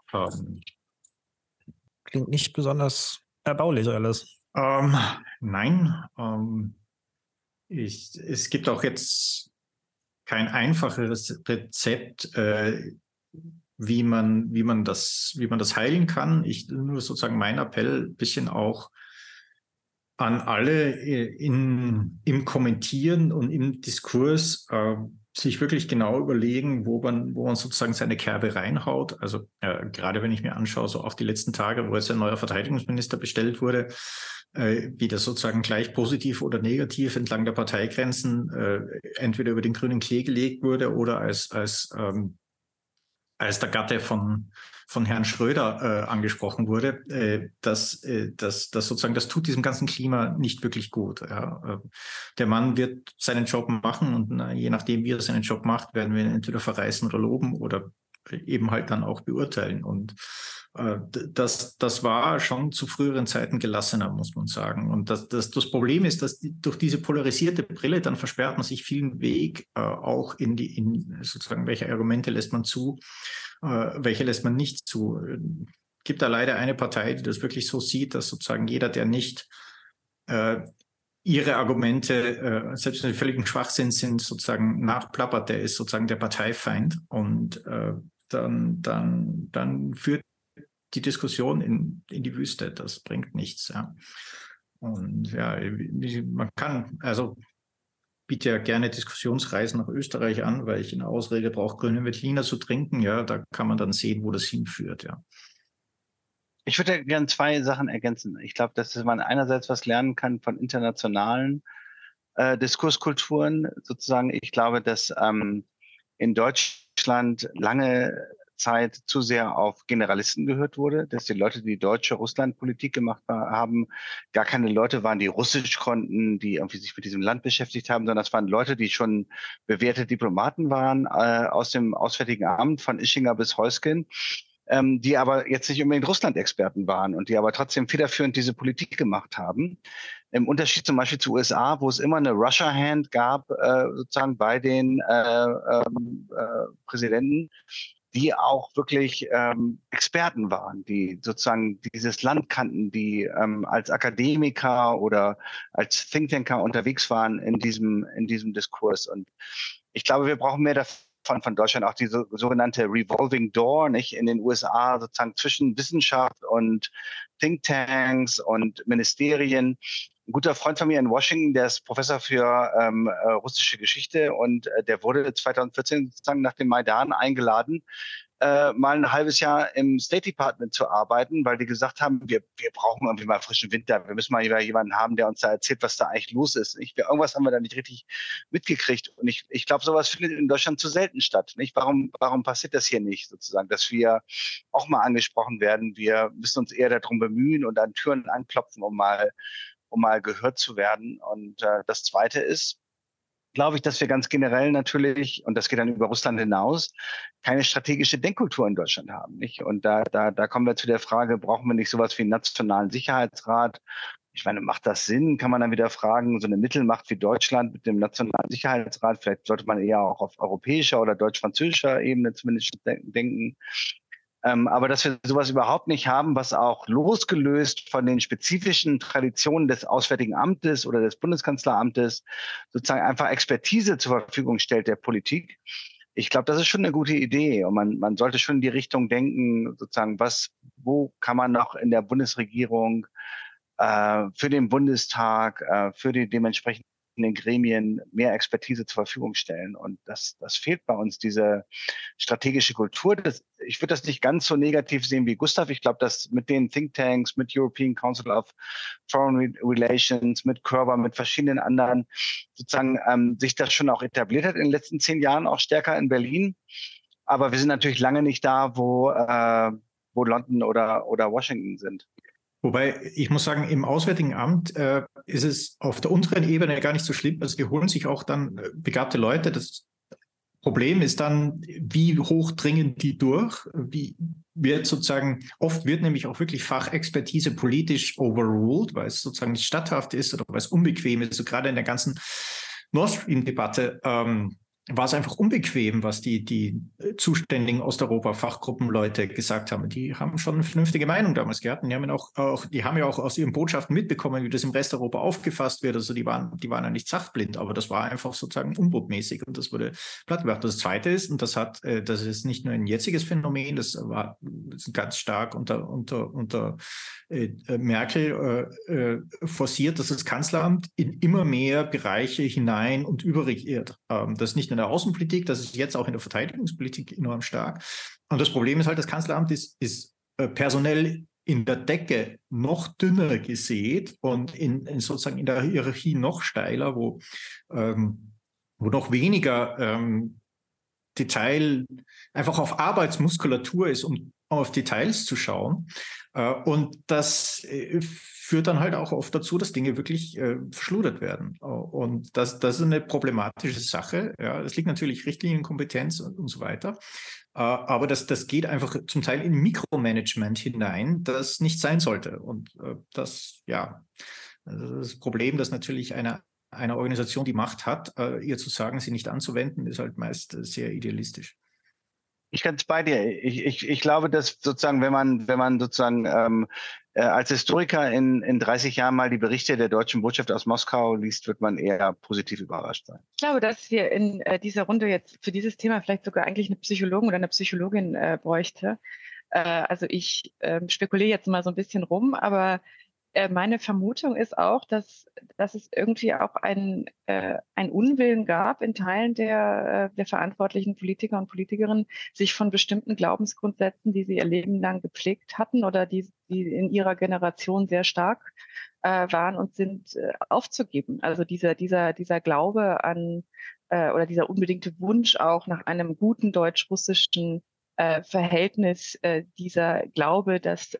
Klingt nicht besonders erbaulich alles. Nein. Es gibt auch jetzt kein einfaches Rezept, wie man das heilen kann. Nur sozusagen mein Appell ein bisschen auch an alle im Kommentieren und im Diskurs sich wirklich genau überlegen, wo man sozusagen seine Kerbe reinhaut. Also gerade wenn ich mir anschaue, so auch die letzten Tage, wo jetzt ein neuer Verteidigungsminister bestellt wurde, wie das sozusagen gleich positiv oder negativ entlang der Parteigrenzen entweder über den grünen Klee gelegt wurde oder als der Gatte von Herrn Schröder angesprochen wurde, das sozusagen, das tut diesem ganzen Klima nicht wirklich gut. Ja. Der Mann wird seinen Job machen und je nachdem, wie er seinen Job macht, werden wir ihn entweder verreißen oder loben oder eben halt dann auch beurteilen. Und das war schon zu früheren Zeiten gelassener, muss man sagen. Und das Problem ist, dass durch diese polarisierte Brille dann versperrt man sich vielen Weg auch in sozusagen, welche Argumente lässt man zu, welche lässt man nicht zu. Es gibt da leider eine Partei, die das wirklich so sieht, dass sozusagen jeder, der nicht ihre Argumente, selbst wenn sie völligen Schwachsinn sind, sozusagen nachplappert, der ist sozusagen der Parteifeind. Und dann führt die Diskussion in die Wüste. Das bringt nichts. Ja. Und ja, man kann, also biete ja gerne Diskussionsreisen nach Österreich an, weil ich eine Ausrede brauche, grüne Veltliner zu trinken. Ja, da kann man dann sehen, wo das hinführt. Ja. Ich würde gerne zwei Sachen ergänzen. Ich glaube, dass man einerseits was lernen kann von internationalen Diskurskulturen. Sozusagen, ich glaube, dass in Deutschland lange Zeit zu sehr auf Generalisten gehört wurde, dass die Leute, die deutsche Russlandpolitik gemacht haben, gar keine Leute waren, die Russisch konnten, die irgendwie sich mit diesem Land beschäftigt haben, sondern das waren Leute, die schon bewährte Diplomaten waren aus dem Auswärtigen Amt von Ischinger bis Heusgen, die aber jetzt nicht unbedingt Russland-Experten waren und die aber trotzdem federführend diese Politik gemacht haben. Im Unterschied zum Beispiel zu USA, wo es immer eine Russia-Hand gab, sozusagen bei den Präsidenten, die auch wirklich Experten waren, die sozusagen dieses Land kannten, die als Akademiker oder als Thinktanker unterwegs waren in diesem Diskurs. Und ich glaube, wir brauchen mehr von Deutschland, auch diese sogenannte Revolving Door, nicht in den USA sozusagen zwischen Wissenschaft und Thinktanks und Ministerien. Ein guter Freund von mir in Washington, der ist Professor für russische Geschichte und der wurde 2014 sozusagen nach dem Maidan eingeladen, mal ein halbes Jahr im State Department zu arbeiten, weil die gesagt haben, wir brauchen irgendwie mal frischen Wind da. Wir müssen mal jemanden haben, der uns da erzählt, was da eigentlich los ist. Irgendwas haben wir da nicht richtig mitgekriegt. Und ich glaube, sowas findet in Deutschland zu selten statt. Nicht? Warum passiert das hier nicht sozusagen, dass wir auch mal angesprochen werden? Wir müssen uns eher darum bemühen und an Türen anklopfen, um mal gehört zu werden. Und das Zweite ist, glaube ich, dass wir ganz generell natürlich, und das geht dann über Russland hinaus, keine strategische Denkkultur in Deutschland haben, nicht? Und da kommen wir zu der Frage, brauchen wir nicht sowas wie einen nationalen Sicherheitsrat? Ich meine, macht das Sinn? Kann man dann wieder fragen, so eine Mittelmacht wie Deutschland mit dem nationalen Sicherheitsrat, vielleicht sollte man eher auch auf europäischer oder deutsch-französischer Ebene zumindest denken. Aber dass wir sowas überhaupt nicht haben, was auch losgelöst von den spezifischen Traditionen des Auswärtigen Amtes oder des Bundeskanzleramtes sozusagen einfach Expertise zur Verfügung stellt der Politik. Ich glaube, das ist schon eine gute Idee. Und man sollte schon in die Richtung denken, sozusagen, wo kann man noch in der Bundesregierung für den Bundestag, für die dementsprechenden Gremien mehr Expertise zur Verfügung stellen. Und das fehlt bei uns, diese strategische Kultur. Ich würde das nicht ganz so negativ sehen wie Gustav. Ich glaube, dass mit den Thinktanks, mit European Council of Foreign Relations, mit Körber, mit verschiedenen anderen sozusagen sich das schon auch etabliert hat in den letzten 10 Jahren, auch stärker in Berlin. Aber wir sind natürlich lange nicht da, wo London oder Washington sind. Wobei, ich muss sagen, im Auswärtigen Amt ist es auf der unteren Ebene gar nicht so schlimm. Also die holen sich auch dann begabte Leute. Das Problem ist dann, wie hoch dringen die durch? Wie wird sozusagen, oft wird nämlich auch wirklich Fachexpertise politisch overruled, weil es sozusagen nicht statthaft ist oder weil es unbequem ist. Also gerade in der ganzen Nord Stream-Debatte war es einfach unbequem, was die zuständigen Osteuropa-Fachgruppenleute gesagt haben. Die haben schon eine vernünftige Meinung damals gehabt. Und die haben ja auch aus ihren Botschaften mitbekommen, wie das im Rest Europa aufgefasst wird. Also die waren ja nicht sachblind, aber das war einfach sozusagen unbotmäßig und das wurde plattgemacht. Das Zweite ist, und das ist nicht nur ein jetziges Phänomen, das ist ganz stark unter Merkel forciert, dass das Kanzleramt in immer mehr Bereiche hinein und überregiert. Das ist nicht nur in der Außenpolitik, das ist jetzt auch in der Verteidigungspolitik enorm stark. Und das Problem ist halt, das Kanzleramt ist personell in der Decke noch dünner gesät und sozusagen in der Hierarchie noch steiler, wo noch weniger Detail einfach auf Arbeitsmuskulatur ist, um auf Details zu schauen. Und das führt dann halt auch oft dazu, dass Dinge wirklich verschludert werden. Und das ist eine problematische Sache. Ja, das liegt natürlich Richtlinienkompetenz und so weiter. Aber das geht einfach zum Teil in Mikromanagement hinein, das nicht sein sollte. Und das Problem, dass natürlich einer Organisation die Macht hat, ihr zu sagen, sie nicht anzuwenden, ist halt meist sehr idealistisch. Ich ganz bei dir. Ich glaube, dass sozusagen, wenn man sozusagen als Historiker in 30 Jahren mal die Berichte der deutschen Botschaft aus Moskau liest, wird man eher positiv überrascht sein. Ich glaube, dass wir in dieser Runde jetzt für dieses Thema vielleicht sogar eigentlich eine Psychologen oder eine Psychologin bräuchte. Also ich spekuliere jetzt mal so ein bisschen rum, aber meine Vermutung ist auch, dass es irgendwie auch ein Unwillen gab in Teilen der verantwortlichen Politiker und Politikerinnen, sich von bestimmten Glaubensgrundsätzen, die sie ihr Leben lang gepflegt hatten oder die in ihrer Generation sehr stark waren und sind, aufzugeben. Also dieser Glaube an oder dieser unbedingte Wunsch auch nach einem guten deutsch-russischen Verhältnis, dieser Glaube, dass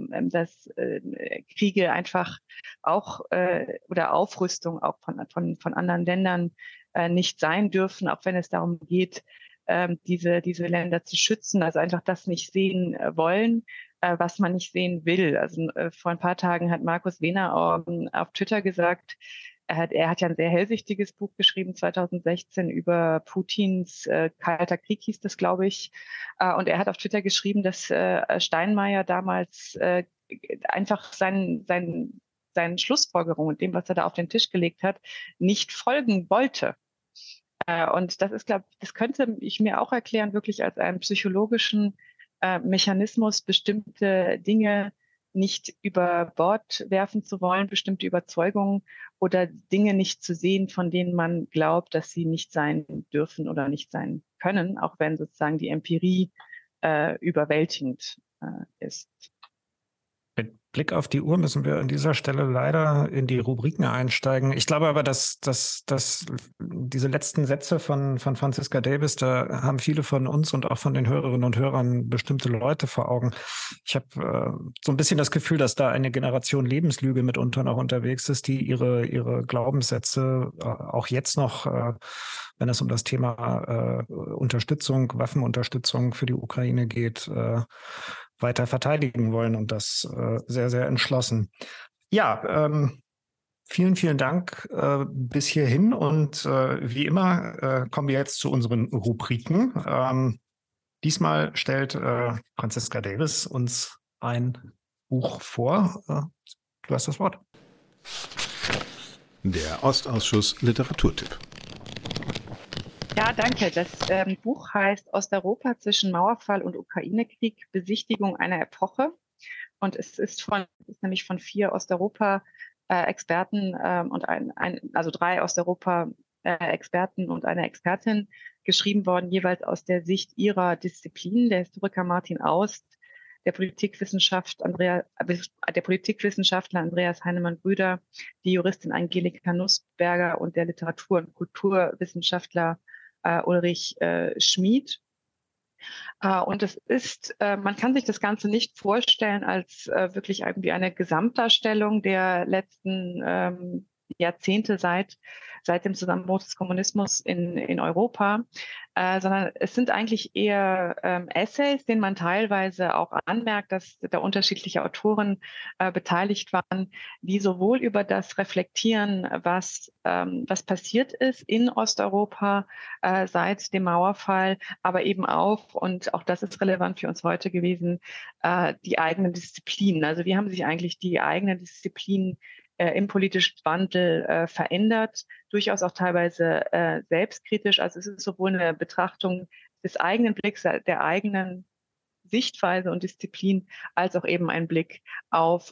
Kriege einfach auch oder Aufrüstung auch von anderen Ländern nicht sein dürfen, auch wenn es darum geht, diese Länder zu schützen, also einfach das nicht sehen wollen, was man nicht sehen will. Also vor ein paar Tagen hat Markus Wehner auf Twitter gesagt, er hat ja ein sehr hellsichtiges Buch geschrieben, 2016, über Putins Kalter Krieg hieß das, glaube ich. Und er hat auf Twitter geschrieben, dass Steinmeier damals einfach seinen Schlussfolgerungen und dem, was er da auf den Tisch gelegt hat, nicht folgen wollte. Und das ist, das könnte ich mir auch erklären, wirklich als einen psychologischen Mechanismus, bestimmte Dinge nicht über Bord werfen zu wollen, bestimmte Überzeugungen oder Dinge nicht zu sehen, von denen man glaubt, dass sie nicht sein dürfen oder nicht sein können, auch wenn sozusagen die Empirie überwältigend ist. Blick auf die Uhr müssen wir an dieser Stelle leider in die Rubriken einsteigen. Ich glaube aber, dass diese letzten Sätze von Franziska Davis, da haben viele von uns und auch von den Hörerinnen und Hörern bestimmte Leute vor Augen. Ich habe so ein bisschen das Gefühl, dass da eine Generation Lebenslüge mitunter noch unterwegs ist, die ihre Glaubenssätze auch jetzt noch, wenn es um das Thema Unterstützung, Waffenunterstützung für die Ukraine geht, weiter verteidigen wollen, und das sehr, sehr entschlossen. Ja, vielen, vielen Dank bis hierhin, und wie immer kommen wir jetzt zu unseren Rubriken. Diesmal stellt Franziska Davis uns ein Buch vor. Du hast das Wort. Der Ostausschuss Literaturtipp. Ja, danke. Das Buch heißt Osteuropa zwischen Mauerfall und Ukraine-Krieg, Besichtigung einer Epoche. Und es ist nämlich von 4 Osteuropa-Experten und also 3 Osteuropa-Experten und einer Expertin geschrieben worden, jeweils aus der Sicht ihrer Disziplin, der Historiker Martin Aust, der Politikwissenschaftler Andreas Heinemann-Grüder, die Juristin Angelika Nussberger und der Literatur- und Kulturwissenschaftler Ulrich Schmid. Und es ist, man kann sich das Ganze nicht vorstellen als wirklich irgendwie eine Gesamtdarstellung der letzten Jahrzehnte seit dem Zusammenbruch des Kommunismus in Europa, sondern es sind eigentlich eher Essays, denen man teilweise auch anmerkt, dass da unterschiedliche Autoren beteiligt waren, die sowohl über das reflektieren, was passiert ist in Osteuropa seit dem Mauerfall, aber eben auch, und auch das ist relevant für uns heute gewesen, die eigenen Disziplinen. Also wie haben sich eigentlich die eigenen Disziplinen im politischen Wandel verändert, durchaus auch teilweise selbstkritisch. Also es ist sowohl eine Betrachtung des eigenen Blicks, der eigenen Sichtweise und Disziplin, als auch eben ein Blick auf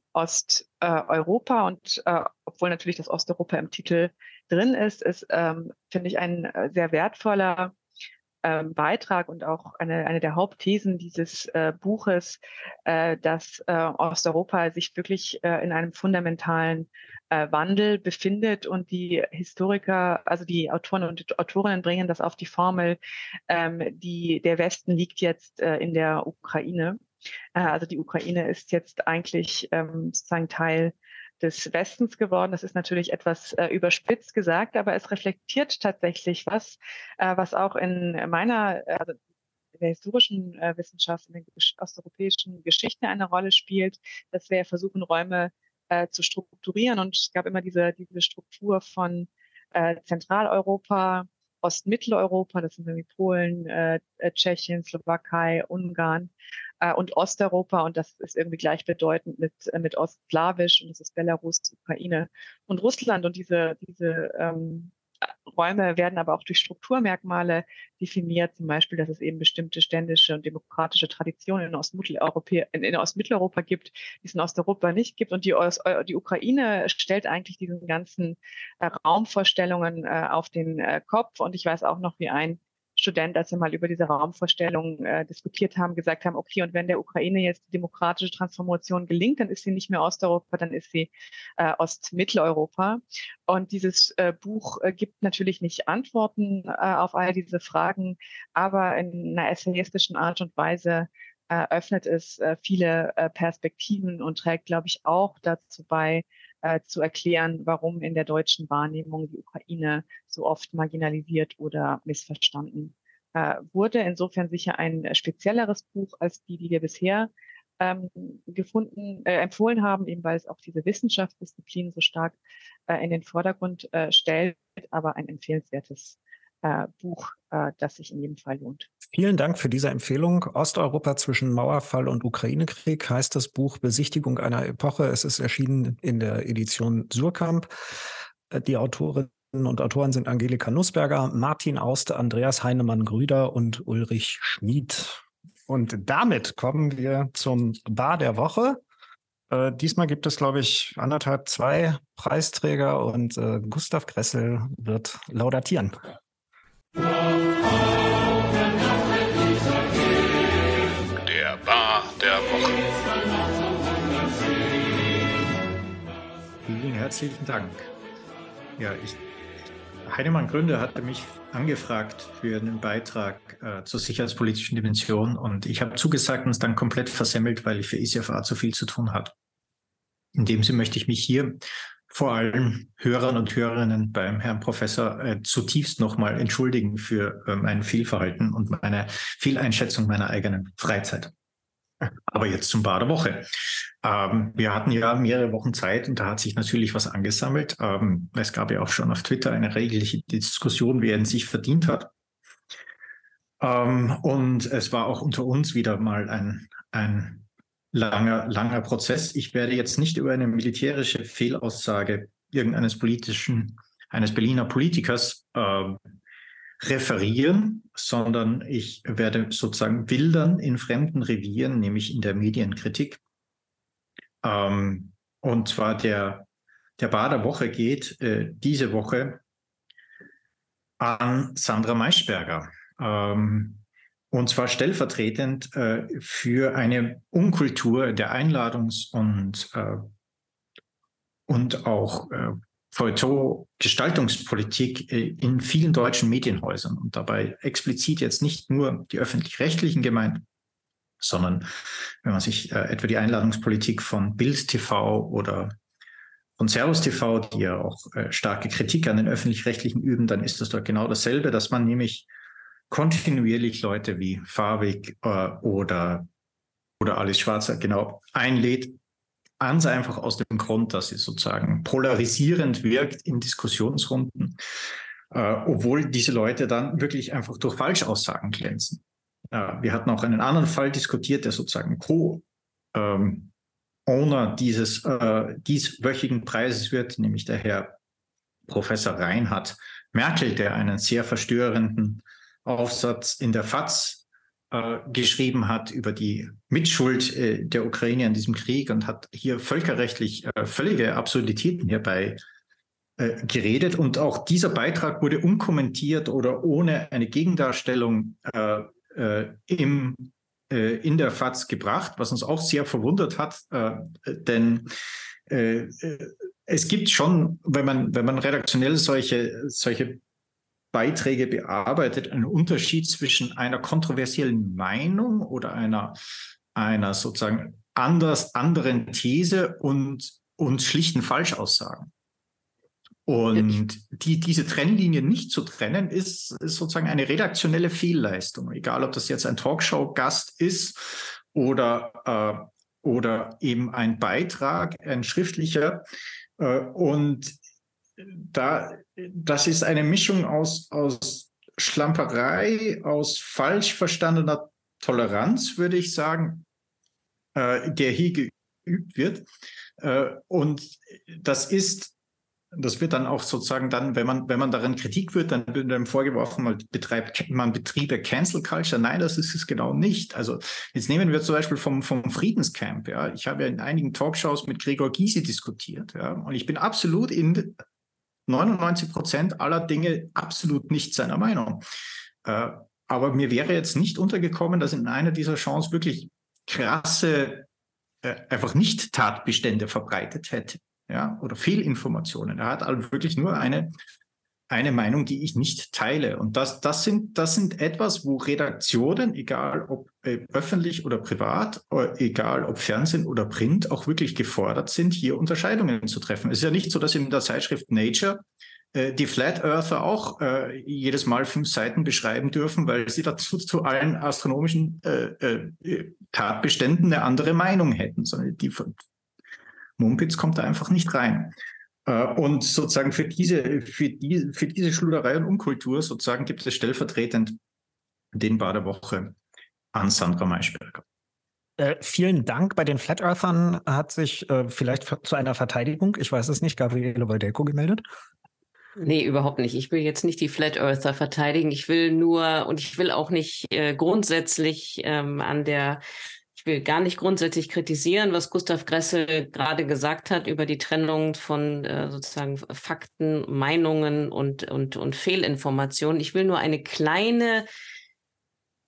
Osteuropa. Und obwohl natürlich das Osteuropa im Titel drin ist, finde ich, ein sehr wertvoller Beitrag und auch eine der Hauptthesen dieses Buches, dass Osteuropa sich wirklich in einem fundamentalen Wandel befindet, und die Historiker, also die Autoren und Autorinnen bringen das auf die Formel, der Westen liegt jetzt in der Ukraine. Also die Ukraine ist jetzt eigentlich sozusagen Teil des Westens geworden. Das ist natürlich etwas überspitzt gesagt, aber es reflektiert tatsächlich was auch in meiner, also in der historischen Wissenschaft, in der osteuropäischen Geschichte eine Rolle spielt, dass wir versuchen, Räume zu strukturieren. Und es gab immer diese Struktur von Zentraleuropa, Ostmitteleuropa, das sind irgendwie Polen, Tschechien, Slowakei, Ungarn, und Osteuropa, und das ist irgendwie gleichbedeutend mit Ostslawisch, und das ist Belarus, Ukraine und Russland. Und diese Räume werden aber auch durch Strukturmerkmale definiert, zum Beispiel, dass es eben bestimmte ständische und demokratische Traditionen in Ostmitteleuropa gibt, die es in Osteuropa nicht gibt. Und die Ukraine stellt eigentlich diesen ganzen Raumvorstellungen auf den Kopf. Und ich weiß auch noch, wie ein Student, als wir mal über diese Raumvorstellungen diskutiert haben, gesagt haben, okay, und wenn der Ukraine jetzt die demokratische Transformation gelingt, dann ist sie nicht mehr Osteuropa, dann ist sie Ostmitteleuropa. Und dieses Buch gibt natürlich nicht Antworten auf all diese Fragen, aber in einer essayistischen Art und Weise öffnet es viele Perspektiven und trägt, glaube ich, auch dazu bei, zu erklären, warum in der deutschen Wahrnehmung die Ukraine so oft marginalisiert oder missverstanden wurde. Insofern sicher ein spezielleres Buch als die wir bisher empfohlen haben, eben weil es auch diese Wissenschaftsdisziplin so stark in den Vordergrund stellt, aber ein empfehlenswertes Buch, das sich in jedem Fall lohnt. Vielen Dank für diese Empfehlung. Osteuropa zwischen Mauerfall und Ukraine-Krieg heißt das Buch Besichtigung einer Epoche. Es ist erschienen in der Edition Suhrkamp. Die Autorinnen und Autoren sind Angelika Nussberger, Martin Aust, Andreas Heinemann-Grüder und Ulrich Schmid. Und damit kommen wir zum Bar der Woche. Diesmal gibt es, glaube ich, 2 Preisträger, und Gustav Gressel wird laudatieren. Der Bar der Woche. Vielen herzlichen Dank. Ja, Heinemann Gründer hatte mich angefragt für einen Beitrag zur sicherheitspolitischen Dimension und ich habe zugesagt und es dann komplett versemmelt, weil ich für ISAF zu viel zu tun hatte. In dem Sinne möchte ich mich hier vor allem Hörern und Hörerinnen beim Herrn Professor zutiefst nochmal entschuldigen für mein Fehlverhalten und meine Fehleinschätzung meiner eigenen Freizeit. Aber jetzt zum Bad der Woche. Wir hatten ja mehrere Wochen Zeit und da hat sich natürlich was angesammelt. Es gab ja auch schon auf Twitter eine regelliche Diskussion, wer ihn sich verdient hat. Und es war auch unter uns wieder mal ein langer Prozess. Ich werde jetzt nicht über eine militärische Fehlaussage eines Berliner Politikers referieren, sondern ich werde sozusagen wildern in fremden Revieren, nämlich in der Medienkritik. Und zwar der Bader Woche geht diese Woche an Sandra Maischberger. Und zwar stellvertretend für eine Unkultur der Einladungs- und auch Feuilleton-Gestaltungspolitik in vielen deutschen Medienhäusern und dabei explizit jetzt nicht nur die öffentlich-rechtlichen gemeint, sondern wenn man sich etwa die Einladungspolitik von Bild TV oder von Servus TV, die ja auch starke Kritik an den öffentlich-rechtlichen üben, dann ist das dort genau dasselbe, dass man nämlich kontinuierlich Leute wie Farbig oder Alice Schwarzer genau einlädt, einfach aus dem Grund, dass sie sozusagen polarisierend wirkt in Diskussionsrunden, obwohl diese Leute dann wirklich einfach durch Falschaussagen glänzen. Wir hatten auch einen anderen Fall diskutiert, der sozusagen Co-Owner dieswöchigen Preises wird, nämlich der Herr Professor Reinhard Merkel, der einen sehr verstörenden Aufsatz in der FAZ geschrieben hat über die Mitschuld der Ukraine an diesem Krieg und hat hier völkerrechtlich völlige Absurditäten hierbei geredet. Und auch dieser Beitrag wurde unkommentiert oder ohne eine Gegendarstellung in der FAZ gebracht, was uns auch sehr verwundert hat, denn es gibt schon, wenn man redaktionell solche Beiträge bearbeitet, einen Unterschied zwischen einer kontroversiellen Meinung oder einer sozusagen anderen These und schlichten Falschaussagen. Und diese Trennlinie nicht zu trennen, ist sozusagen eine redaktionelle Fehlleistung. Egal, ob das jetzt ein Talkshow-Gast ist oder eben ein Beitrag, ein schriftlicher. Und das ist eine Mischung aus Schlamperei, aus falsch verstandener Toleranz, würde ich sagen, der hier geübt wird. Und das wird dann auch sozusagen dann, wenn man darin Kritik wird, dann wird einem vorgeworfen, man betriebe Cancel Culture. Nein, das ist es genau nicht. Also jetzt nehmen wir zum Beispiel vom Friedenscamp. Ja. Ich habe ja in einigen Talkshows mit Gregor Gysi diskutiert. Ja, und ich bin absolut in 99% aller Dinge absolut nicht seiner Meinung. Aber mir wäre jetzt nicht untergekommen, dass in einer dieser Chance wirklich krasse, einfach nicht Tatbestände verbreitet hätte, ja, oder Fehlinformationen. Er hat also wirklich nur eine Meinung, die ich nicht teile. Und das sind etwas, wo Redaktionen, egal ob öffentlich oder privat, egal ob Fernsehen oder Print, auch wirklich gefordert sind, hier Unterscheidungen zu treffen. Es ist ja nicht so, dass in der Zeitschrift Nature die Flat Earther auch jedes Mal 5 Seiten beschreiben dürfen, weil sie dazu zu allen astronomischen Tatbeständen eine andere Meinung hätten, sondern die Mumpitz kommt da einfach nicht rein. Und sozusagen für diese Schluderei und Unkultur sozusagen gibt es stellvertretend den Bader Woche an Sandra Maischberger. Vielen Dank. Bei den Flat Earthern hat sich vielleicht zu einer Verteidigung, ich weiß es nicht, Gabriele Wojdelko gemeldet. Nee, überhaupt nicht. Ich will jetzt nicht die Flat Earther verteidigen. Ich will auch nicht grundsätzlich ich will gar nicht grundsätzlich kritisieren, was Gustav Gressel gerade gesagt hat über die Trennung von sozusagen Fakten, Meinungen und Fehlinformationen. Ich will nur eine kleine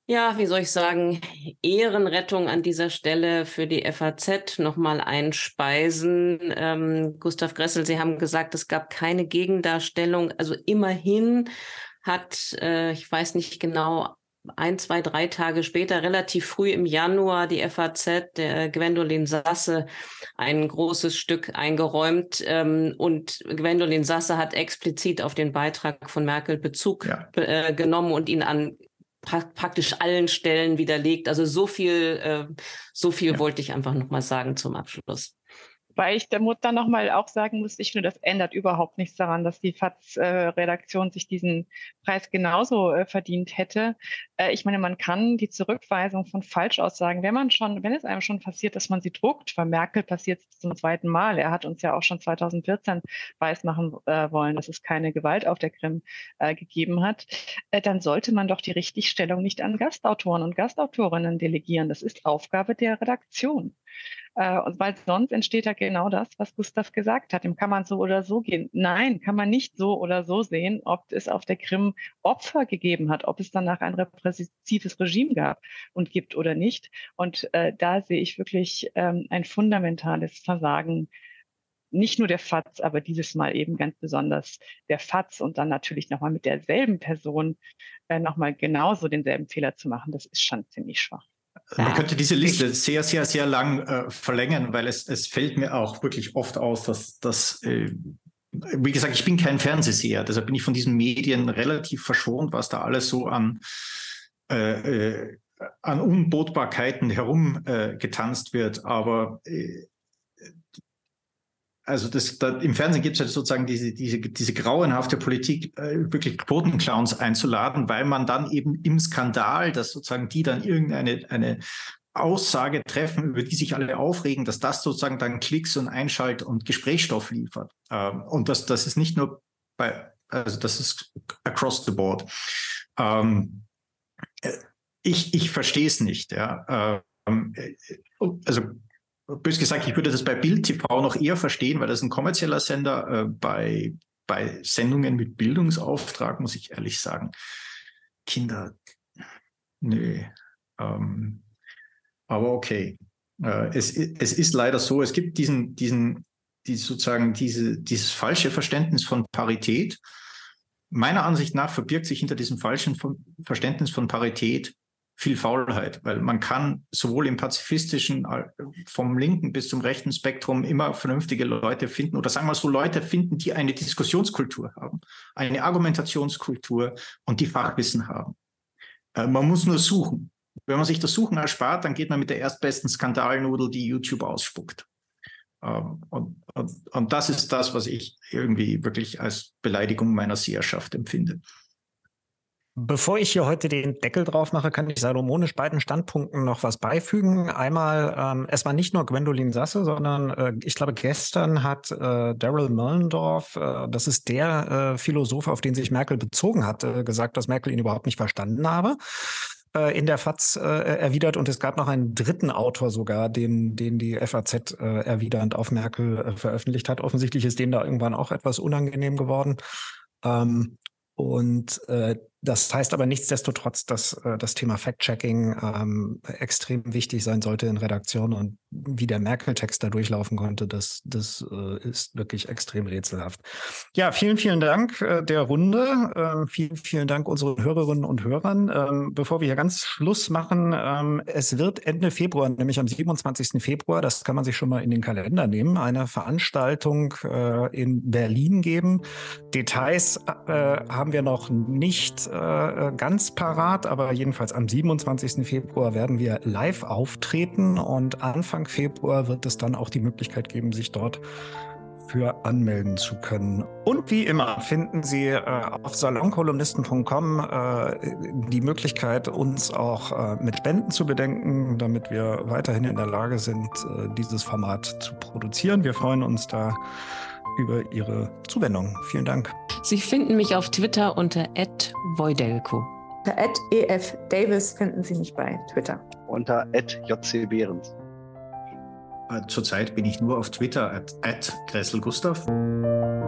Ja, wie soll ich sagen, Ehrenrettung an dieser Stelle für die FAZ nochmal einspeisen. Gustav Gressel, Sie haben gesagt, es gab keine Gegendarstellung. Also immerhin hat, ich weiß nicht genau, 1, 2, 3 Tage später, relativ früh im Januar, die FAZ, der Gwendolin Sasse, ein großes Stück eingeräumt. Und Gwendolin Sasse hat explizit auf den Beitrag von Merkel Bezug genommen und ihn an praktisch allen Stellen widerlegt. Also so viel wollte ich einfach nochmal sagen zum Abschluss. Weil ich der Mutter nochmal auch sagen muss, ich finde, das ändert überhaupt nichts daran, dass die FAZ-Redaktion sich diesen Preis genauso verdient hätte. Ich meine, man kann die Zurückweisung von Falschaussagen, wenn es einem schon passiert, dass man sie druckt, weil Merkel passiert es zum zweiten Mal. Er hat uns ja auch schon 2014 weismachen wollen, dass es keine Gewalt auf der Krim gegeben hat. Dann sollte man doch die Richtigstellung nicht an Gastautoren und Gastautorinnen delegieren. Das ist Aufgabe der Redaktion. Und weil sonst entsteht ja genau das, was Gustav gesagt hat. Dem kann man so oder so gehen. Nein, kann man nicht so oder so sehen, ob es auf der Krim Opfer gegeben hat, ob es danach ein repressives Regime gab und gibt oder nicht. Und da sehe ich wirklich ein fundamentales Versagen, nicht nur der FAZ, aber dieses Mal eben ganz besonders der FAZ und dann natürlich nochmal mit derselben Person nochmal genauso denselben Fehler zu machen. Das ist schon ziemlich schwach. Man könnte diese Liste sehr, sehr, sehr lang verlängern, weil es fällt mir auch wirklich oft auf, dass wie gesagt, ich bin kein Fernsehseher, deshalb bin ich von diesen Medien relativ verschont, was da alles so an Unbotbarkeiten herumgetanzt wird. Aber also im Fernsehen gibt es halt sozusagen diese grauenhafte Politik, wirklich Quotenclowns einzuladen, weil man dann eben im Skandal, dass sozusagen die dann irgendeine Aussage treffen, über die sich alle aufregen, dass das sozusagen dann Klicks und Einschalt- und Gesprächsstoff liefert. Und das ist nicht nur also das ist across the board. Ich verstehe es nicht. Ja. Also bös gesagt, ich würde das bei Bild TV noch eher verstehen, weil das ein kommerzieller Sender. Bei Sendungen mit Bildungsauftrag muss ich ehrlich sagen, Kinder, nö. Aber okay. Es ist leider so, es gibt dieses falsche Verständnis von Parität. Meiner Ansicht nach verbirgt sich hinter diesem falschen Verständnis von Parität viel Faulheit, weil man kann sowohl im pazifistischen, vom linken bis zum rechten Spektrum immer vernünftige Leute finden oder sagen wir so Leute finden, die eine Diskussionskultur haben, eine Argumentationskultur und die Fachwissen haben. Man muss nur suchen. Wenn man sich das Suchen erspart, dann geht man mit der erstbesten Skandalnudel, die YouTube ausspuckt. Und das ist das, was ich irgendwie wirklich als Beleidigung meiner Seherschaft empfinde. Bevor ich hier heute den Deckel drauf mache, kann ich salomonisch beiden Standpunkten noch was beifügen. Einmal, es war nicht nur Gwendolin Sasse, sondern ich glaube, gestern hat Daryl Moellendorf, das ist der Philosoph, auf den sich Merkel bezogen hat, gesagt, dass Merkel ihn überhaupt nicht verstanden habe. In der FAZ erwidert und es gab noch einen dritten Autor sogar, den die FAZ erwidernd auf Merkel veröffentlicht hat. Offensichtlich ist denen da irgendwann auch etwas unangenehm geworden. Und das heißt aber nichtsdestotrotz, dass das Thema Fact-Checking extrem wichtig sein sollte in Redaktionen und wie der Merkel-Text da durchlaufen konnte, das ist wirklich extrem rätselhaft. Ja, vielen, vielen Dank der Runde. Vielen, vielen Dank unseren Hörerinnen und Hörern. Bevor wir hier ganz Schluss machen, es wird Ende Februar, nämlich am 27. Februar, das kann man sich schon mal in den Kalender nehmen, eine Veranstaltung in Berlin geben. Details haben wir noch nicht ganz parat, aber jedenfalls am 27. Februar werden wir live auftreten und Anfang Februar wird es dann auch die Möglichkeit geben, sich dort für anmelden zu können. Und wie immer finden Sie auf salonkolumnisten.com die Möglichkeit, uns auch mit Spenden zu bedenken, damit wir weiterhin in der Lage sind, dieses Format zu produzieren. Wir freuen uns da über Ihre Zuwendung. Vielen Dank. Sie finden mich auf Twitter unter @Wojdelko. Unter @EFDavis finden Sie mich bei Twitter. Unter @JC Behrens. Zurzeit bin ich nur auf Twitter @GresselGustav.